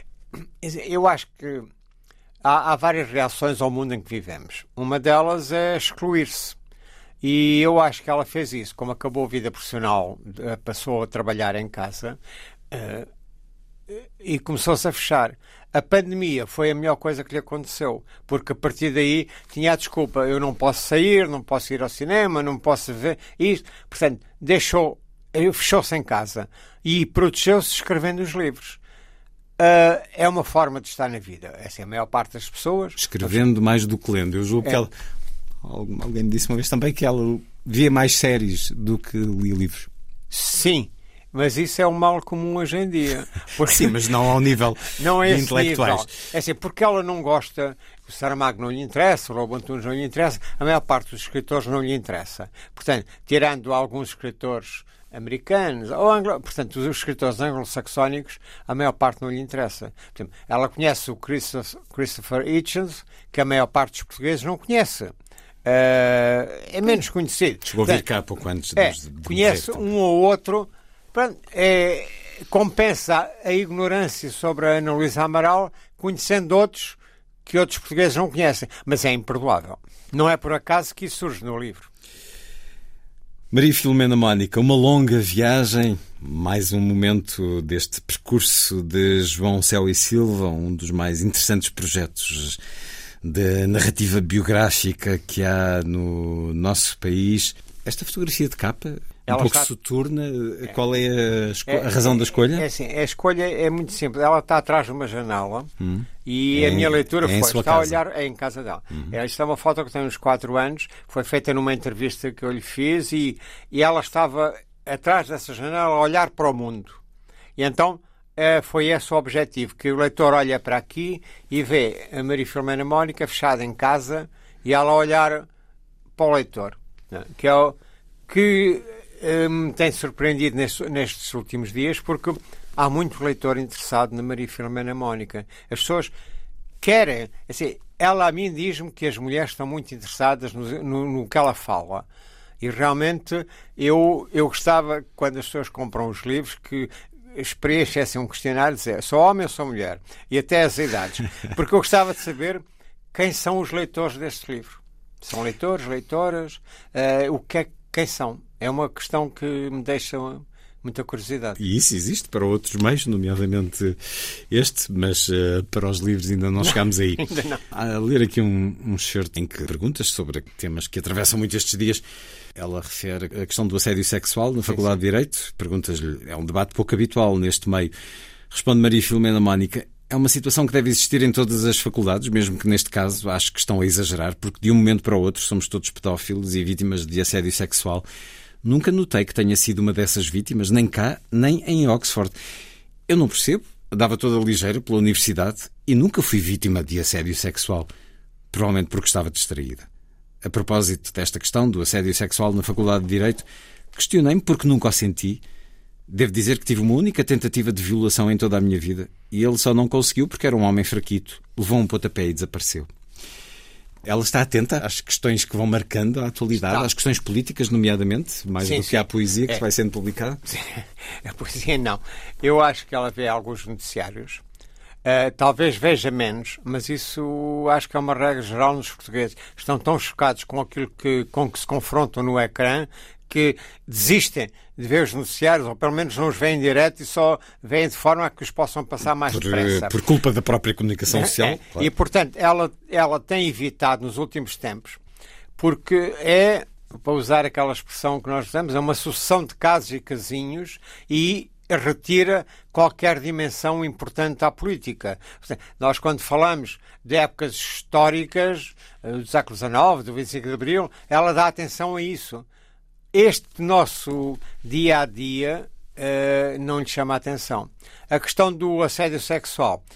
Eu acho que há, há várias reações ao mundo em que vivemos. Uma delas é excluir-se. E eu acho que ela fez isso. Como acabou a vida profissional, passou a trabalhar em casa uh, e começou-se a fechar. A pandemia foi a melhor coisa que lhe aconteceu, porque a partir daí tinha a desculpa, eu não posso sair, não posso ir ao cinema, não posso ver isto. Portanto, deixou, fechou-se em casa e protegeu-se escrevendo os livros. Uh, é uma forma de estar na vida. Essa é a maior parte das pessoas. Escrevendo mais do que lendo. Eu julgo é. que ela... Alguém me disse uma vez também que ela via mais séries do que lia livros. Sim, mas isso é um mal comum hoje em dia. Porque... Sim, mas não ao nível não é de intelectuais. Nível. É assim, porque ela não gosta, o Saramago não lhe interessa, o Lobo Antunes não lhe interessa, a maior parte dos escritores não lhe interessa. Portanto, tirando alguns escritores americanos, ou anglo... portanto, os escritores anglo-saxónicos, a maior parte não lhe interessa. Portanto, ela conhece o Christopher Hitchens, que a maior parte dos portugueses não conhece. Uh, é menos conhecido. Chegou a vir cá há pouco antes é, de, de conhece um ou outro. Pronto, é, compensa a ignorância sobre a Ana Luísa Amaral, conhecendo outros que outros portugueses não conhecem. Mas é imperdoável. Não é por acaso que isso surge no livro. Maria Filomena Mónica, uma longa viagem, mais um momento deste percurso de João Céu e Silva, um dos mais interessantes projetos de narrativa biográfica que há no nosso país. Esta fotografia de capa, um ela pouco está... soturna, qual é a, esco... é, a razão da escolha? É, é assim, a escolha é muito simples. Ela está atrás de uma janela hum. e é, a minha leitura é foi, está casa. a olhar, é em casa dela. Uhum. Esta é uma foto que tem uns quatro anos, foi feita numa entrevista que eu lhe fiz e, e ela estava atrás dessa janela a olhar para o mundo. E então foi esse o objetivo, que o leitor olha para aqui e vê a Maria Filomena Mónica fechada em casa e ela a olhar para o leitor, que é o que me um, tem surpreendido nestes, nestes últimos dias, porque há muito leitor interessado na Maria Filomena Mónica. As pessoas querem, assim, ela a mim diz-me que as mulheres estão muito interessadas no, no, no que ela fala. E realmente eu, eu gostava, quando as pessoas compram os livros, que preenchessem um questionário, dizer sou homem ou sou mulher, e até as idades, porque eu gostava de saber quem são os leitores deste livro. São leitores, leitoras, uh, o que é, quem são? É uma questão que me deixa muita curiosidade. E isso existe para outros meios, nomeadamente este, mas uh, para os livros ainda não, não chegámos aí. Ainda não. A ler aqui um, um excerto em que perguntas sobre temas que atravessam muito estes dias. Ela refere a questão do assédio sexual na Faculdade sim, sim. de Direito. Perguntas-lhe, é um debate pouco habitual neste meio. Responde Maria Filomena Mónica, é uma situação que deve existir em todas as faculdades, mesmo que neste caso acho que estão a exagerar, porque de um momento para o outro somos todos pedófilos e vítimas de assédio sexual. Nunca notei que tenha sido uma dessas vítimas, nem cá, nem em Oxford. Eu não percebo, dava toda ligeira pela universidade e nunca fui vítima de assédio sexual, provavelmente porque estava distraída. A propósito desta questão do assédio sexual na Faculdade de Direito, questionei-me porque nunca o senti. Devo dizer que tive uma única tentativa de violação em toda a minha vida e ele só não conseguiu porque era um homem fraquito, levou um pontapé e desapareceu. Ela está atenta às questões que vão marcando a atualidade, está. Às questões políticas, nomeadamente, mais sim, do sim. que à poesia que é. vai sendo publicada? Sim. A poesia não. Eu acho que ela vê alguns noticiários. Uh, talvez veja menos, mas isso acho que é uma regra geral nos portugueses. Estão tão chocados com aquilo que, com que se confrontam no ecrã que desistem de ver os noticiários, ou pelo menos não os veem direto e só veem de forma a que os possam passar mais por, depressa. Por culpa da própria comunicação social. É, claro. E, portanto, ela, ela tem evitado nos últimos tempos, porque é, para usar aquela expressão que nós usamos, é uma sucessão de casos e casinhos e retira qualquer dimensão importante à política. Nós, quando falamos de épocas históricas, do século dezenove, do vinte e cinco de Abril, ela dá atenção a isso. Este nosso dia-a-dia uh, não lhe chama a atenção. A questão do assédio sexual.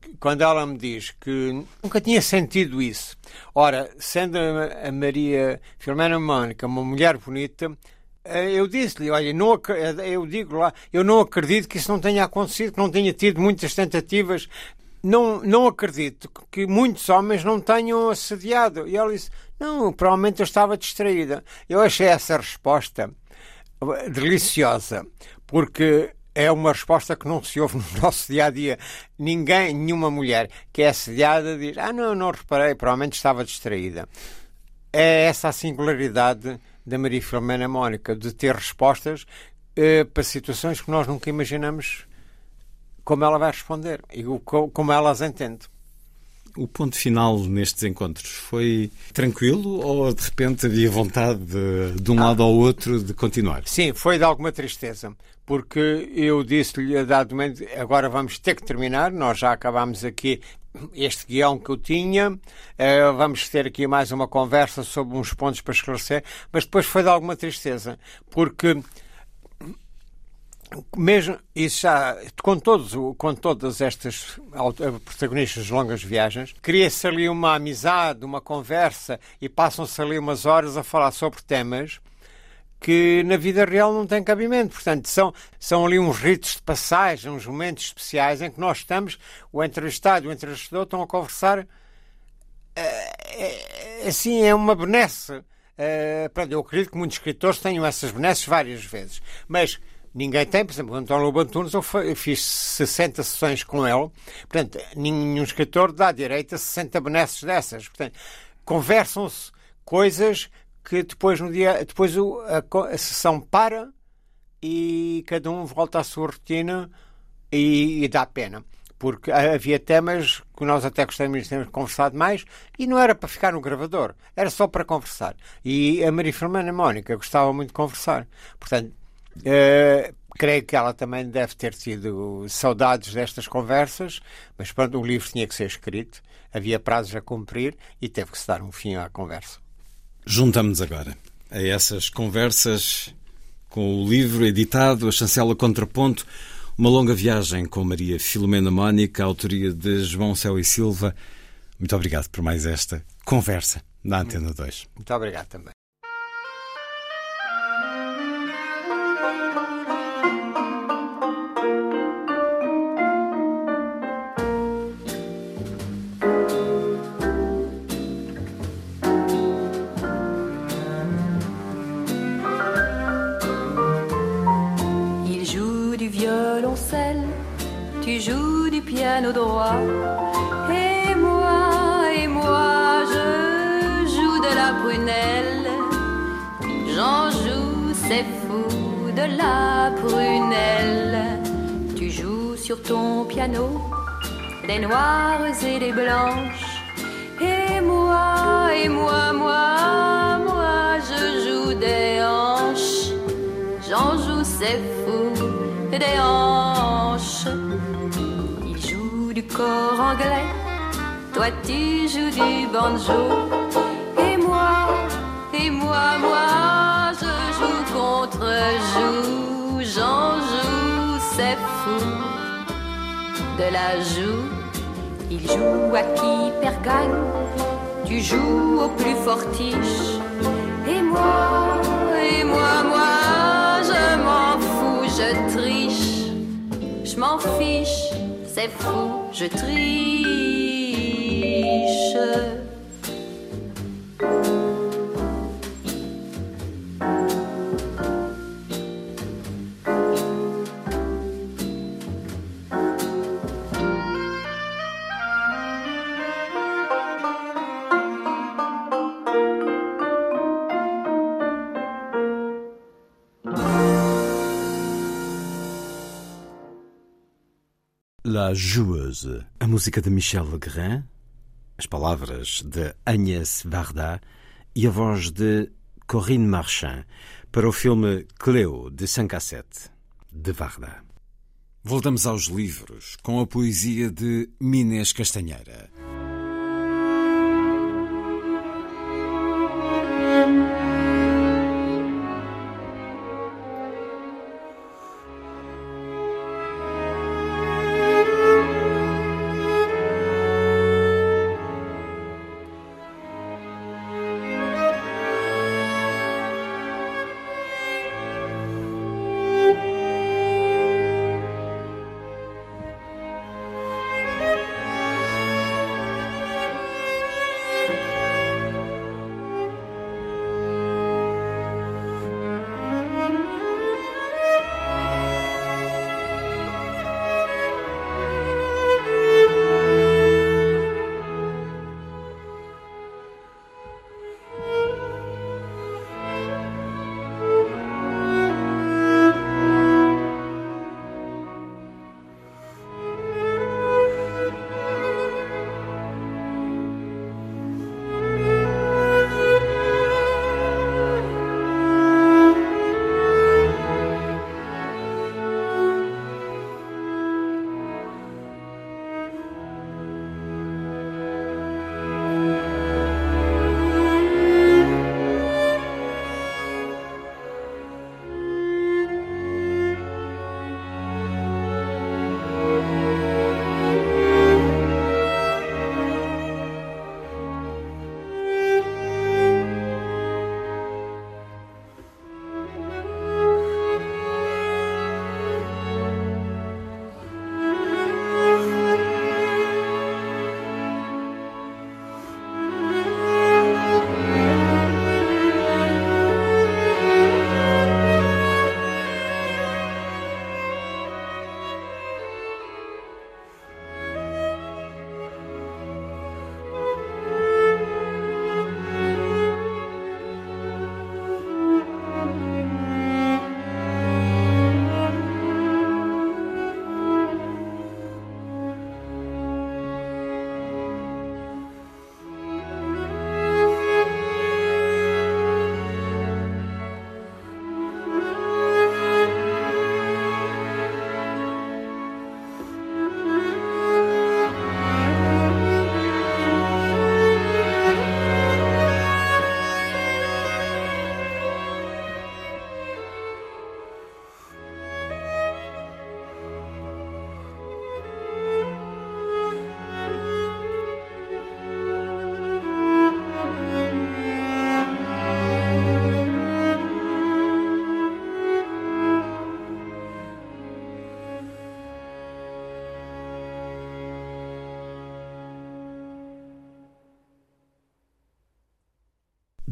quando ela me diz que nunca tinha sentido isso. Ora, sendo a, a Maria Filomena Mónica uma mulher bonita, eu disse-lhe, olha, não, eu digo lá, eu não acredito que isso não tenha acontecido, que não tenha tido muitas tentativas. Não, não acredito que muitos homens não tenham assediado. E ela disse, não, provavelmente eu estava distraída. Eu achei essa resposta deliciosa, porque é uma resposta que não se ouve no nosso dia-a-dia. Ninguém, nenhuma mulher que é assediada diz, ah, não, não reparei, provavelmente estava distraída. É essa a singularidade da Maria Filomena Mónica, de ter respostas eh, para situações que nós nunca imaginamos como ela vai responder e o, como ela as entende. O ponto final nestes encontros foi tranquilo ou de repente havia vontade de, de um ah. lado ao outro de continuar? Sim, foi de alguma tristeza, porque eu disse-lhe a dado momento, agora vamos ter que terminar, nós já acabámos aqui este guião que eu tinha, uh, vamos ter aqui mais uma conversa sobre uns pontos para esclarecer, mas depois foi de alguma tristeza, porque mesmo isso já, com, todos, com todas estas protagonistas de longas viagens, cria-se ali uma amizade, uma conversa e passam-se ali umas horas a falar sobre temas que na vida real não têm cabimento. Portanto, são, são ali uns ritos de passagem, uns momentos especiais em que nós estamos, o entrevistado e o entrevistador estão a conversar, é, assim, é uma benesse. É, pronto, eu acredito que muitos escritores tenham essas benesses várias vezes, mas ninguém tem. Por exemplo, o António Lobo Antunes, eu fiz sessenta sessões com ele, portanto, nenhum escritor dá direito a sessenta benesses dessas. Portanto, conversam-se coisas que depois no dia depois o, a, a sessão para e cada um volta à sua rotina e, e dá pena, porque havia temas que nós até gostaríamos de ter conversado mais e não era para ficar no gravador, era só para conversar. E a Maria Filomena Mónica gostava muito de conversar, portanto uh, creio que ela também deve ter tido saudades destas conversas, mas pronto, o livro tinha que ser escrito, havia prazos a cumprir e teve que se dar um fim à conversa. Juntamos-nos agora a essas conversas com o livro editado, a chancela Contraponto, uma longa viagem com Maria Filomena Mónica, autoria de João Céu e Silva. Muito obrigado por mais esta conversa na Antena dois. Muito obrigado também. Tu joues du piano droit et moi, et moi je joue de la prunelle. J'en joue, c'est fou, de la prunelle. Tu joues sur ton piano des noires et des blanches. Et moi, et moi, moi, moi je joue des hanches. J'en joue, c'est fou, des hanches. Du corps anglais, toi tu joues du banjo. Et moi, et moi, moi, je joue contre joue. J'en joue, c'est fou, de la joue. Il joue à qui perd gagne, tu joues au plus fortiche. Et moi, et moi, moi, je m'en fous, je triche. Je m'en fiche, c'est fou, je triche. La Joueuse, a música de Michel Legrand, as palavras de Agnès Varda e a voz de Corinne Marchand para o filme Cléo, de cinq à sept, de Varda. Voltamos aos livros, com a poesia de Minês Castanheira.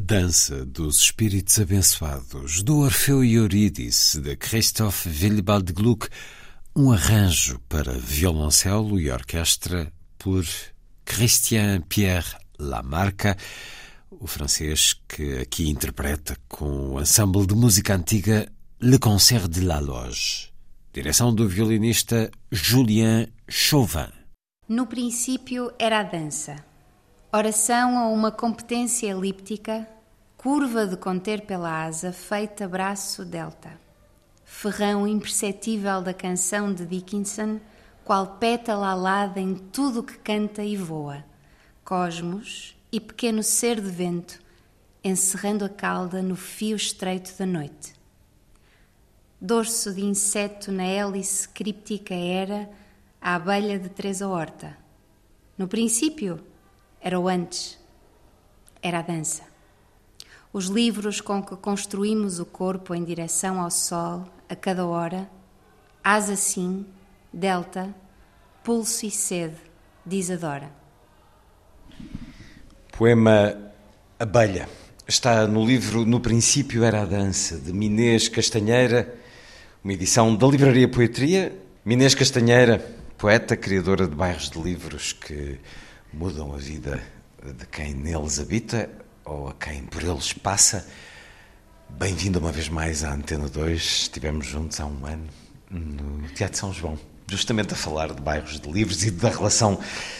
Dança dos Espíritos Abençoados, do Orfeu e Eurídice, de Christoph Willibald Gluck, um arranjo para violoncelo e orquestra por Christian Pierre Lamarca, o francês que aqui interpreta com o ensemble de música antiga Le Concert de la Loge. Direção do violinista Julien Chauvin. No princípio era a dança. Oração a uma competência elíptica, curva de conter pela asa, feita braço delta. Ferrão imperceptível da canção de Dickinson, qual pétala alada em tudo o que canta e voa. Cosmos e pequeno ser de vento, encerrando a cauda no fio estreito da noite. Dorso de inseto na hélice críptica era a abelha de Teresa Horta. No princípio, era o antes, era a dança. Os livros com que construímos o corpo em direção ao sol, a cada hora, asa sim, delta, pulso e sede, de Isadora. Poema Abelha. Está no livro No Princípio Era a Dança, de Inês Castanheira, uma edição da Livraria Poetria. Inês Castanheira, poeta, criadora de bairros de livros que mudam a vida de quem neles habita ou a quem por eles passa. Bem-vindo uma vez mais à Antena dois. Estivemos juntos há um ano no Teatro São João, justamente a falar de bairros de livros e da relação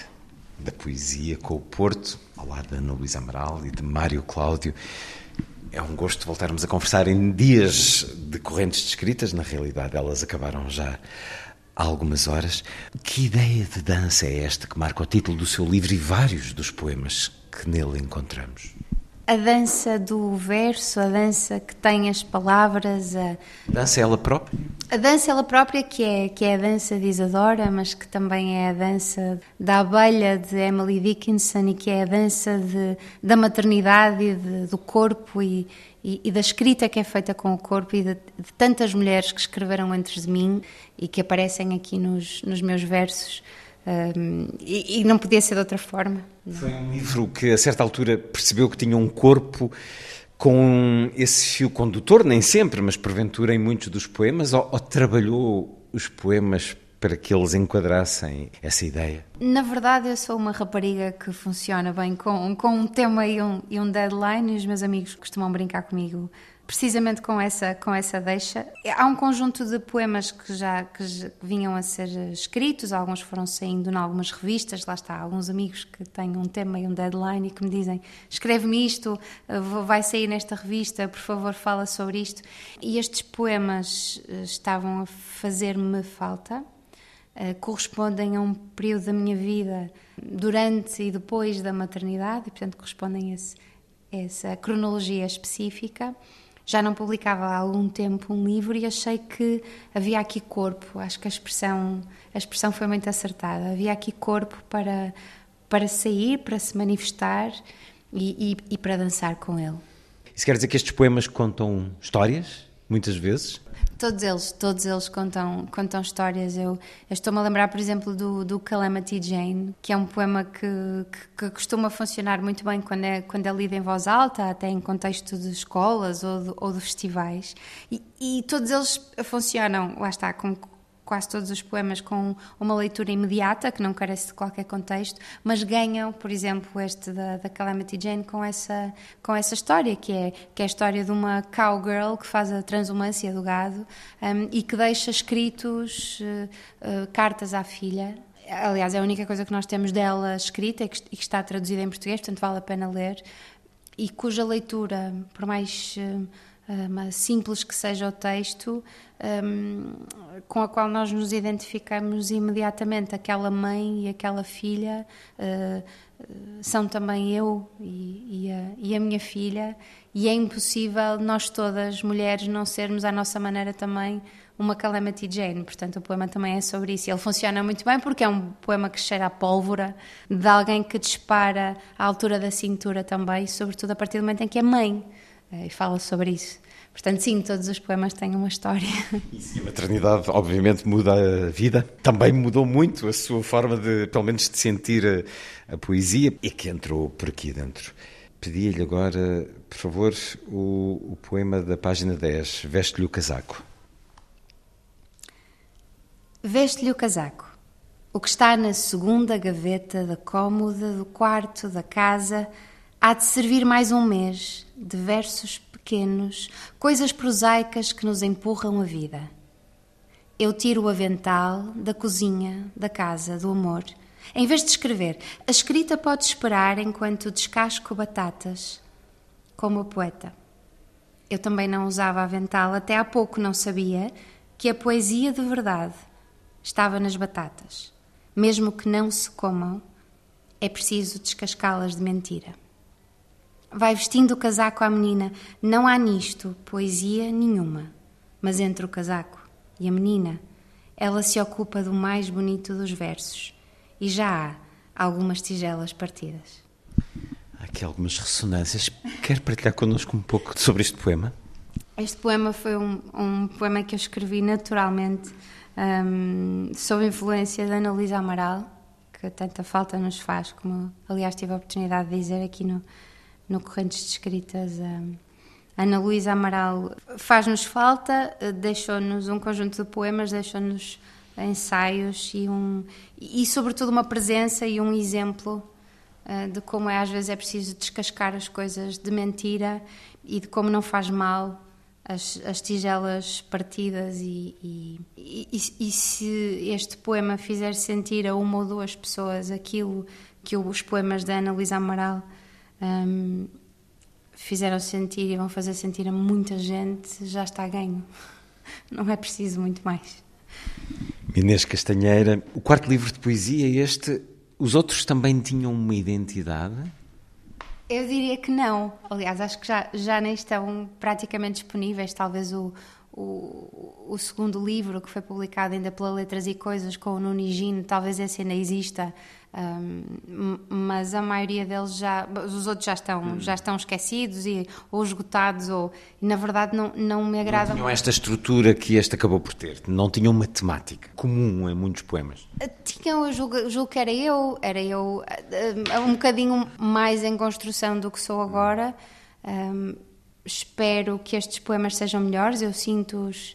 da poesia com o Porto, ao lado da Ana Luísa Amaral e de Mário Cláudio. É um gosto voltarmos a conversar em dias decorrentes de escritas. Na realidade, elas acabaram já há algumas horas. Que ideia de dança é esta que marca o título do seu livro e vários dos poemas que nele encontramos? A dança do verso, a dança que tem as palavras. A dança ela própria? A dança ela própria, que é, que é a dança de Isadora, mas que também é a dança da abelha de Emily Dickinson e que é a dança de, da maternidade e de, do corpo e, e, e da escrita que é feita com o corpo e de, de tantas mulheres que escreveram antes de mim e que aparecem aqui nos, nos meus versos. Um, e, e não podia ser de outra forma. Foi um livro que a certa altura percebeu que tinha um corpo com esse fio condutor, nem sempre, mas porventura em muitos dos poemas, ou, ou trabalhou os poemas para que eles enquadrassem essa ideia? Na verdade, eu sou uma rapariga que funciona bem com, com um tema e um, e um deadline, e os meus amigos costumam brincar comigo precisamente com essa, com essa deixa. Há um conjunto de poemas que já que vinham a ser escritos, alguns foram saindo em algumas revistas, lá está, alguns amigos que têm um tema e um deadline e que me dizem, escreve-me isto, vai sair nesta revista, por favor fala sobre isto. E estes poemas estavam a fazer-me falta, correspondem a um período da minha vida durante e depois da maternidade, e portanto correspondem a, esse, a essa cronologia específica. Já não publicava há algum tempo um livro e achei que havia aqui corpo. Acho que a expressão, a expressão foi muito acertada. Havia aqui corpo para, para sair, para se manifestar e, e, e para dançar com ele. Isso quer dizer que estes poemas contam histórias, muitas vezes? Todos eles, todos eles contam, contam histórias. Eu, eu estou-me a lembrar, por exemplo, do, do Calamity Jane, que é um poema que, que, que costuma funcionar muito bem quando é, quando é lido em voz alta, até em contexto de escolas ou de, ou de festivais. E, e todos eles funcionam, lá está, com quase todos os poemas com uma leitura imediata, que não carece de qualquer contexto, mas ganham, por exemplo, este da, da Calamity Jane com essa, com essa história, que é, que é a história de uma cowgirl que faz a transumância do gado um, e que deixa escritos uh, uh, cartas à filha. Aliás, é a única coisa que nós temos dela escrita e que, e que está traduzida em português, portanto vale a pena ler, e cuja leitura, por mais uh, uh, simples que seja o texto, um, com a qual nós nos identificamos imediatamente, aquela mãe e aquela filha uh, são também eu e, e, a, e a minha filha, e é impossível nós todas, mulheres, não sermos à nossa maneira também uma Calamity Jane. Portanto, o poema também é sobre isso. Ele funciona muito bem porque é um poema que cheira a pólvora, de alguém que dispara à altura da cintura também, sobretudo a partir do momento em que é mãe, e fala sobre isso. Portanto, sim, todos os poemas têm uma história. E sim, a maternidade, obviamente, muda a vida. Também mudou muito a sua forma de, pelo menos, de sentir a, a poesia, e que entrou por aqui dentro. Pedia-lhe agora, por favor, o, o poema da página dez, Veste-lhe o casaco. Veste-lhe o casaco. O que está na segunda gaveta da cômoda, do quarto, da casa, há de servir mais um mês de versos pequenos, coisas prosaicas que nos empurram a vida. Eu tiro o avental da cozinha, da casa, do amor. Em vez de escrever, a escrita pode esperar enquanto descasco batatas, como o poeta. Eu também não usava avental, até há pouco não sabia que a poesia de verdade estava nas batatas. Mesmo que não se comam, é preciso descascá-las de mentira. Vai vestindo o casaco à menina. Não há nisto poesia nenhuma, mas entre o casaco e a menina, ela se ocupa do mais bonito dos versos e já há algumas tigelas partidas. Há aqui algumas ressonâncias. Quer partilhar connosco um pouco sobre este poema? Este poema foi um, um poema que eu escrevi naturalmente, um, sob influência da Ana Luísa Amaral, que tanta falta nos faz, como aliás tive a oportunidade de dizer aqui no, no Correntes de Escritas. Um, Ana Luísa Amaral faz-nos falta, deixou-nos um conjunto de poemas, deixou-nos ensaios e, um, e sobretudo uma presença e um exemplo uh, de como é, às vezes é preciso descascar as coisas de mentira e de como não faz mal as, as tigelas partidas e, e, e, e se este poema fizer sentir a uma ou duas pessoas aquilo que os poemas da Ana Luísa Amaral um, fizeram sentir e vão fazer sentir a muita gente, já está ganho. Não é preciso muito mais. Inês Castanheira, o quarto livro de poesia, este, os outros também tinham uma identidade? Eu diria que não. Aliás, acho que já, já nem estão praticamente disponíveis. Talvez o, o, o segundo livro, que foi publicado ainda pela Letras e Coisas, com o Nuno Higino, talvez esse ainda exista, um, mas a maioria deles já, os outros já estão, hum. já estão esquecidos e, ou esgotados, ou, e na verdade não, não me agrada. Não tinham esta estrutura que este acabou por ter, não tinham uma temática comum em muitos poemas. Tinham, eu julgo, julgo que era eu, era eu um bocadinho mais em construção do que sou agora. Um, espero que estes poemas sejam melhores, eu sinto-os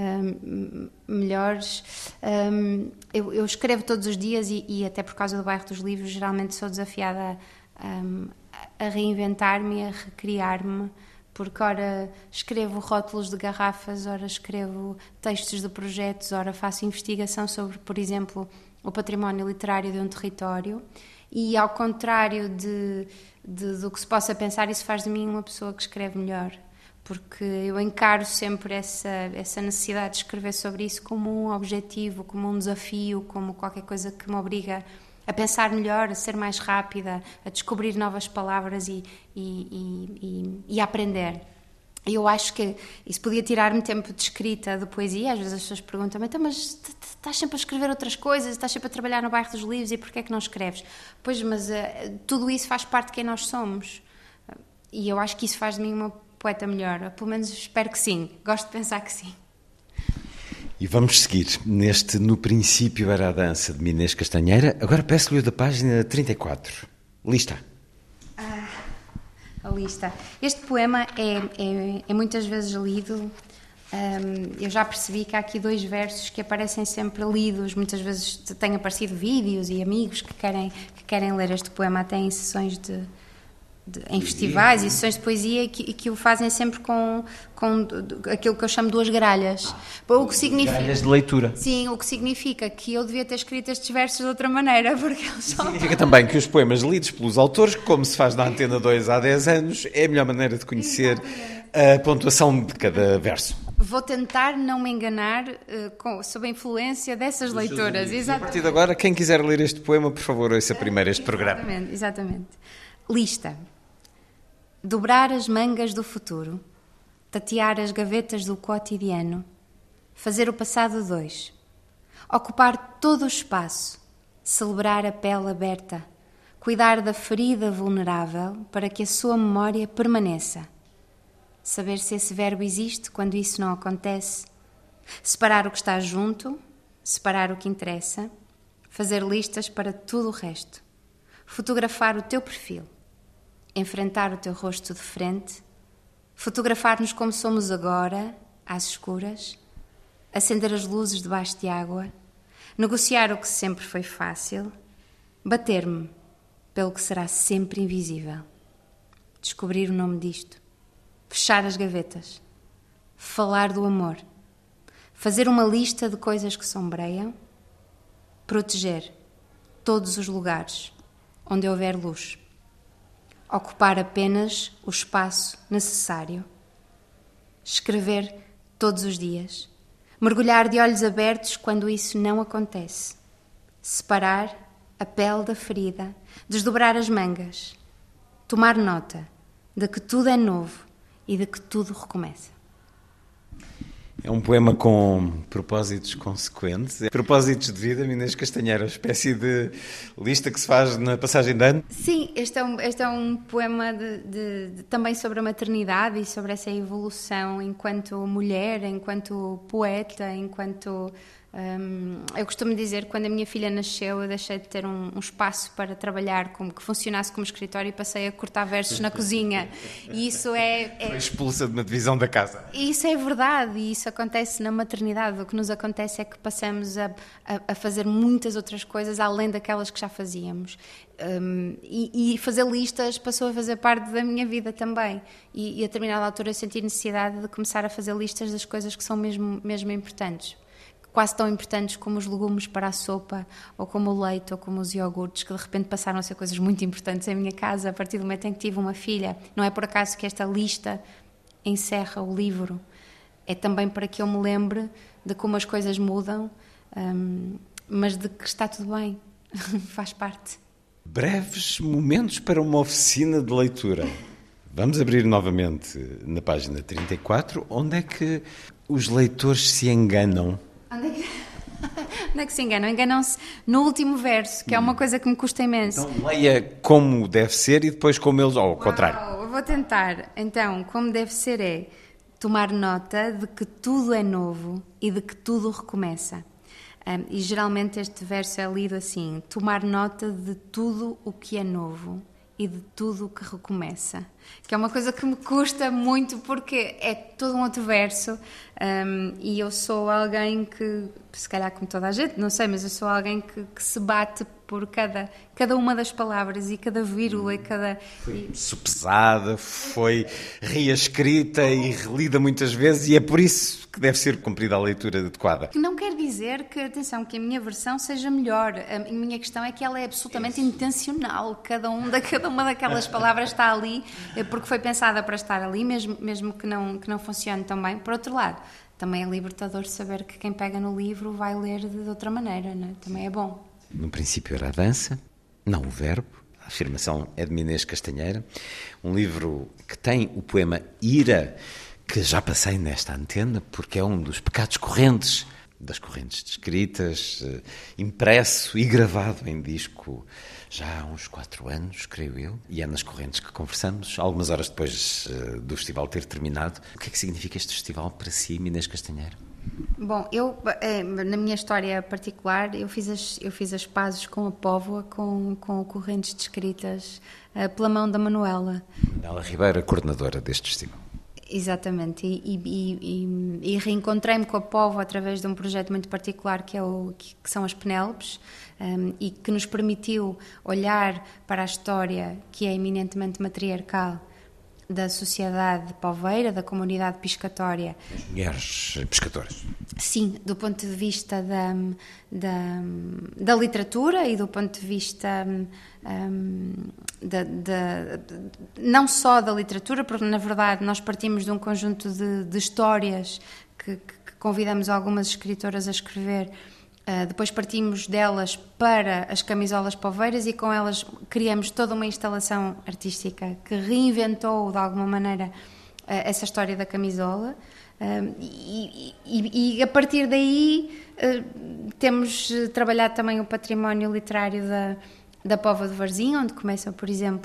um, melhores. Um, eu, eu escrevo todos os dias e, e até por causa do Bairro dos Livros geralmente sou desafiada um, a reinventar-me, a recriar-me, porque ora escrevo rótulos de garrafas, ora escrevo textos de projetos, ora faço investigação sobre, por exemplo, o património literário de um território e, ao contrário de, de, do que se possa pensar, isso faz de mim uma pessoa que escreve melhor, porque eu encaro sempre essa, essa necessidade de escrever sobre isso como um objetivo, como um desafio, como qualquer coisa que me obriga a pensar melhor, a ser mais rápida, a descobrir novas palavras e, e, e, e, e a aprender. Eu acho que isso podia tirar-me tempo de escrita, de poesia. Às vezes as pessoas perguntam-me, então, mas estás sempre a escrever outras coisas, estás sempre a trabalhar no Bairro dos Livros e porquê é que não escreves? Pois, mas uh, tudo isso faz parte de quem nós somos. E eu acho que isso faz de mim uma poeta melhor. Pelo menos espero que sim. Gosto de pensar que sim. E vamos seguir neste No Princípio Era a Dança, de Inês Castanheira. Agora peço-lhe o da página trinta e quatro. Lista. Ah, a lista. Este poema é, é, é muitas vezes lido. Um, eu já percebi que há aqui dois versos que aparecem sempre lidos. Muitas vezes têm aparecido vídeos e amigos que querem, que querem ler este poema até em sessões de... De, em festivais e sessões de poesia que, que o fazem sempre com, com aquilo que eu chamo duas gralhas. O que significa, gralhas de leitura. Sim, o que significa que eu devia ter escrito estes versos de outra maneira, porque eles são... Significa também que os poemas lidos pelos autores, como se faz na Antena dois há dez anos, é a melhor maneira de conhecer a pontuação de cada verso. Vou tentar não me enganar uh, com, sob a influência dessas leituras. A partir de agora, quem quiser ler este poema, por favor, ouça primeiro este programa. Exatamente, exatamente. Lista. Dobrar as mangas do futuro, tatear as gavetas do cotidiano, fazer o passado dois, ocupar todo o espaço, celebrar a pele aberta, cuidar da ferida vulnerável para que a sua memória permaneça, saber se esse verbo existe quando isso não acontece, separar o que está junto, separar o que interessa, fazer listas para tudo o resto, fotografar o teu perfil, enfrentar o teu rosto de frente, fotografar-nos como somos agora, às escuras, acender as luzes debaixo de água, negociar o que sempre foi fácil, bater-me pelo que será sempre invisível, descobrir o nome disto, fechar as gavetas, falar do amor, fazer uma lista de coisas que sombreiam, proteger todos os lugares onde houver luz, ocupar apenas o espaço necessário, escrever todos os dias, mergulhar de olhos abertos quando isso não acontece, separar a pele da ferida, desdobrar as mangas, tomar nota de que tudo é novo e de que tudo recomeça. É um poema com propósitos consequentes. Propósitos de vida, Inês Castanheira, uma espécie de lista que se faz na passagem de ano. Sim, este é um, este é um poema de, de, de, também sobre a maternidade e sobre essa evolução enquanto mulher, enquanto poeta, enquanto... Um, eu costumo dizer que quando a minha filha nasceu eu deixei de ter um, um espaço para trabalhar como que funcionasse como escritório e passei a cortar versos na cozinha e isso é, é... Foi expulsa de uma divisão da casa. E isso é verdade e isso acontece na maternidade. O que nos acontece é que passamos a, a, a fazer muitas outras coisas além daquelas que já fazíamos. Um, e, e fazer listas passou a fazer parte da minha vida também e, e a determinada altura eu senti necessidade de começar a fazer listas das coisas que são mesmo, mesmo importantes, quase tão importantes como os legumes para a sopa, ou como o leite, ou como os iogurtes, que de repente passaram a ser coisas muito importantes em minha casa a partir do momento em que tive uma filha. Não é por acaso que esta lista encerra o livro. É também para que eu me lembre de como as coisas mudam, um, mas de que está tudo bem, faz parte. Breves momentos para uma oficina de leitura. Vamos abrir novamente na página trinta e quatro. Onde é que os leitores se enganam? Onde é que, onde é que se enganam? Enganam-se no último verso, que é uma coisa que me custa imenso. Então leia como deve ser e depois como eles... Ou ao Uau, contrário. Eu vou tentar. Então, como deve ser é tomar nota de que tudo é novo e de que tudo recomeça. Um, e geralmente este verso é lido assim: tomar nota de tudo o que é novo e de tudo o que recomeça, que é uma coisa que me custa muito porque é todo um outro verso, um, e eu sou alguém que, se calhar como toda a gente, não sei, mas eu sou alguém que, que se bate por cada, cada uma das palavras e cada vírgula e cada... Foi sopesada, foi reescrita e relida muitas vezes e é por isso que deve ser cumprida a leitura adequada. Não quer dizer que, atenção, que a minha versão seja melhor. A minha questão é que ela é absolutamente intencional. Cada, um da, cada uma daquelas palavras está ali porque foi pensada para estar ali, mesmo, mesmo que, não, que não funcione tão bem. Por outro lado, também é libertador saber que quem pega no livro vai ler de outra maneira, não é? Também é bom. No princípio era a dança, não o verbo. A afirmação é de Inês Castanheira. Um livro que tem o poema Ira, que já passei nesta antena, porque é um dos pecados correntes, das correntes descritas, impresso e gravado em disco já há uns quatro anos, creio eu, e é nas correntes que conversamos, algumas horas depois do festival ter terminado. O que é que significa este festival para si, Inês Castanheira? Bom, eu, na minha história particular, eu fiz as, eu fiz as pazes com a Póvoa, com, com correntes descritas pela mão da Manuela. Manuela Ribeiro, coordenadora deste festival. Exatamente, e, e, e, e reencontrei-me com a Póvoa através de um projeto muito particular que, é o, que, que são as Penélopes, um, e que nos permitiu olhar para a história que é eminentemente matriarcal da sociedade poveira, da comunidade pescatória. As mulheres pescadoras. Sim, do ponto de vista da, da, da literatura e do ponto de vista um, da, da, não só da literatura, porque na verdade nós partimos de um conjunto de, de histórias que, que convidamos algumas escritoras a escrever. Uh, depois partimos delas para as camisolas poveiras e com elas criamos toda uma instalação artística que reinventou de alguma maneira uh, essa história da camisola, uh, e, e, e a partir daí uh, temos trabalhado também o património literário da, da Póvoa de Varzim, onde começa, por exemplo,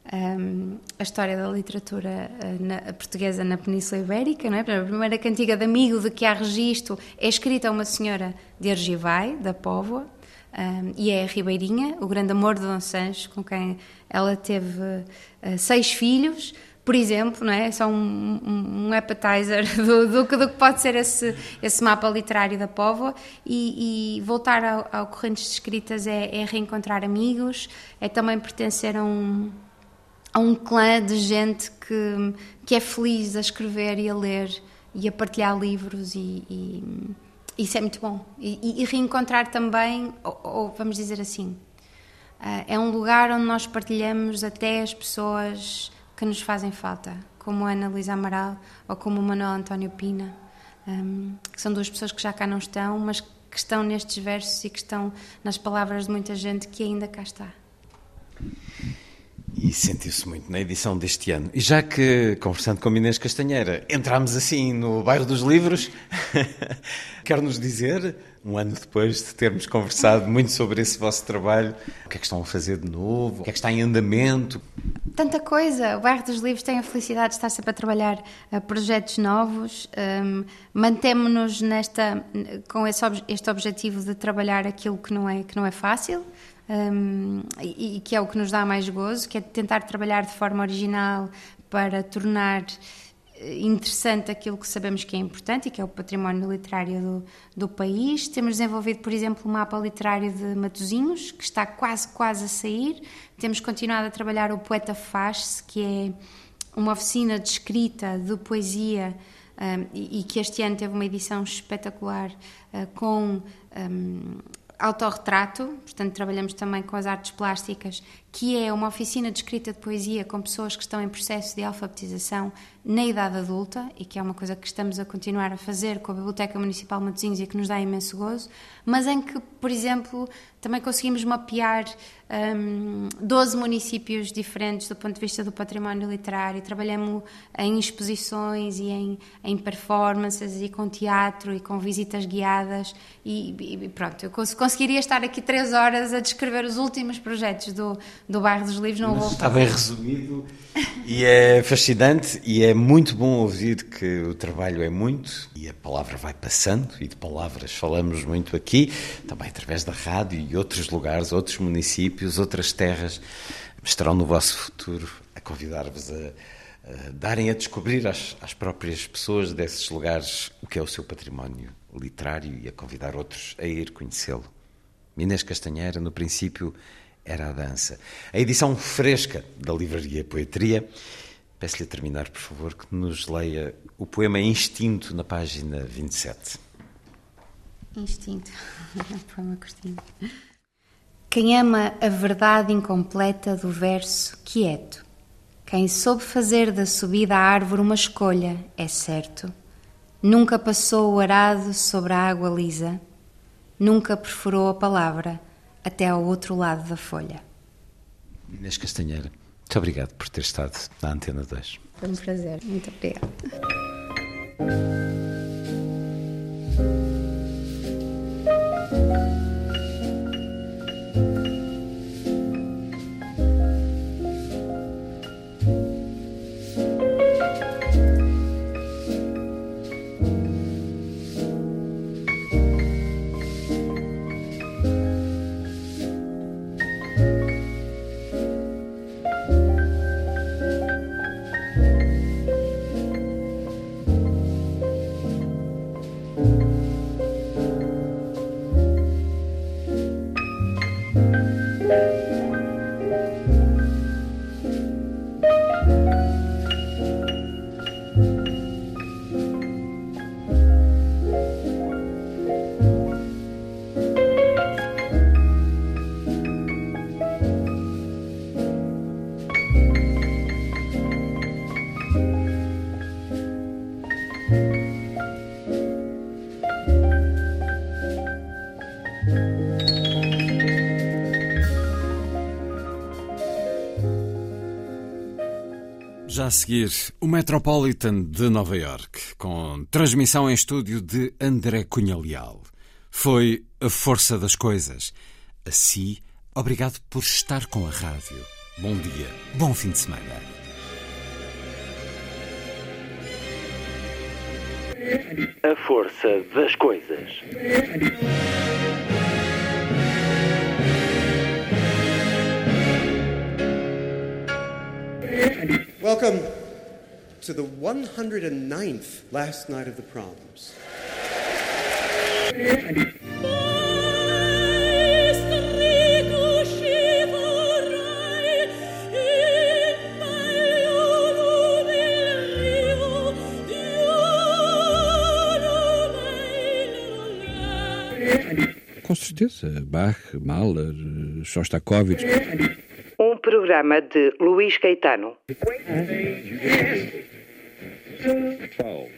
Um, a história da literatura uh, na, portuguesa na Península Ibérica, não é? A primeira cantiga de amigo de que há registro é escrita a uma senhora de Argivai, da Póvoa, um, e é a Ribeirinha, o grande amor de Dom Sancho, com quem ela teve uh, seis filhos, por exemplo, não é? É só um, um, um appetizer do, do, do que pode ser esse, esse mapa literário da Póvoa, e, e voltar ao, ao Correntes de Escritas é, é reencontrar amigos, é também pertencer a um, a um clã de gente que, que é feliz a escrever e a ler e a partilhar livros, e, e isso é muito bom. E, e reencontrar também, ou, ou vamos dizer assim, uh, é um lugar onde nós partilhamos até as pessoas que nos fazem falta, como a Ana Luísa Amaral ou como o Manuel António Pina, um, que são duas pessoas que já cá não estão, mas que estão nestes versos e que estão nas palavras de muita gente que ainda cá está. E sentiu-se muito na edição deste ano. E já que, conversando com a Inês Castanheira, entramos assim no bairro dos livros, quer-nos dizer, um ano depois de termos conversado muito sobre esse vosso trabalho, o que é que estão a fazer de novo, o que é que está em andamento? Tanta coisa. O bairro dos livros tem a felicidade de estar sempre a trabalhar uh, projetos novos. Um, mantemo-nos nesta, com esse, este objetivo de trabalhar aquilo que não é, que não é fácil. Um, e, e que é o que nos dá mais gozo, que é tentar trabalhar de forma original para tornar interessante aquilo que sabemos que é importante e que é o património literário do, do país. Temos desenvolvido, por exemplo, o mapa literário de Matosinhos, que está quase, quase a sair. Temos continuado a trabalhar o Poeta Faz-se, que é uma oficina de escrita, de poesia, um, e, e que este ano teve uma edição espetacular uh, com... Um, autorretrato, portanto trabalhamos também com as artes plásticas, que é uma oficina de escrita de poesia com pessoas que estão em processo de alfabetização na idade adulta, e que é uma coisa que estamos a continuar a fazer com a Biblioteca Municipal de Matosinhos e que nos dá imenso gozo, mas em que, por exemplo, também conseguimos mapear um, doze municípios diferentes do ponto de vista do património literário. Trabalhamos em exposições e em, em performances e com teatro e com visitas guiadas, e, e pronto, eu cons- conseguiria estar aqui três horas a descrever os últimos projetos do, do Bairro dos Livros. Não vou... Está bem resumido e é fascinante, e é muito bom ouvir que o trabalho é muito e a palavra vai passando, e de palavras falamos muito aqui, também através da rádio e outros lugares, outros municípios, outras terras. Estarão no vosso futuro a convidar-vos a, a darem a descobrir às, às próprias pessoas desses lugares o que é o seu património literário e a convidar outros a ir conhecê-lo. Inês Castanheira, no princípio, era a dança. A edição fresca da Livraria Poetria. Peço-lhe a terminar, por favor, que nos leia o poema Instinto na página vinte e sete. Instinto. Poema curtinho. Quem ama a verdade incompleta do verso, quieto. Quem soube fazer da subida à árvore uma escolha, é certo. Nunca passou o arado sobre a água lisa. Nunca perfurou a palavra até ao outro lado da folha. Inês Castanheira, muito obrigado por ter estado na Antena dois. Foi um prazer. Muito obrigada. Já a seguir, o Metropolitan de Nova Iorque, com transmissão em estúdio de André Cunha Leal. Foi A Força das Coisas. Assim, obrigado por estar com a rádio. Bom dia, bom fim de semana. A Força das Coisas. Welcome to the one hundred ninth last night of the proms. Com certeza, Bach, Mahler, Shostakovich. Um programa de Luís Caetano. twelve.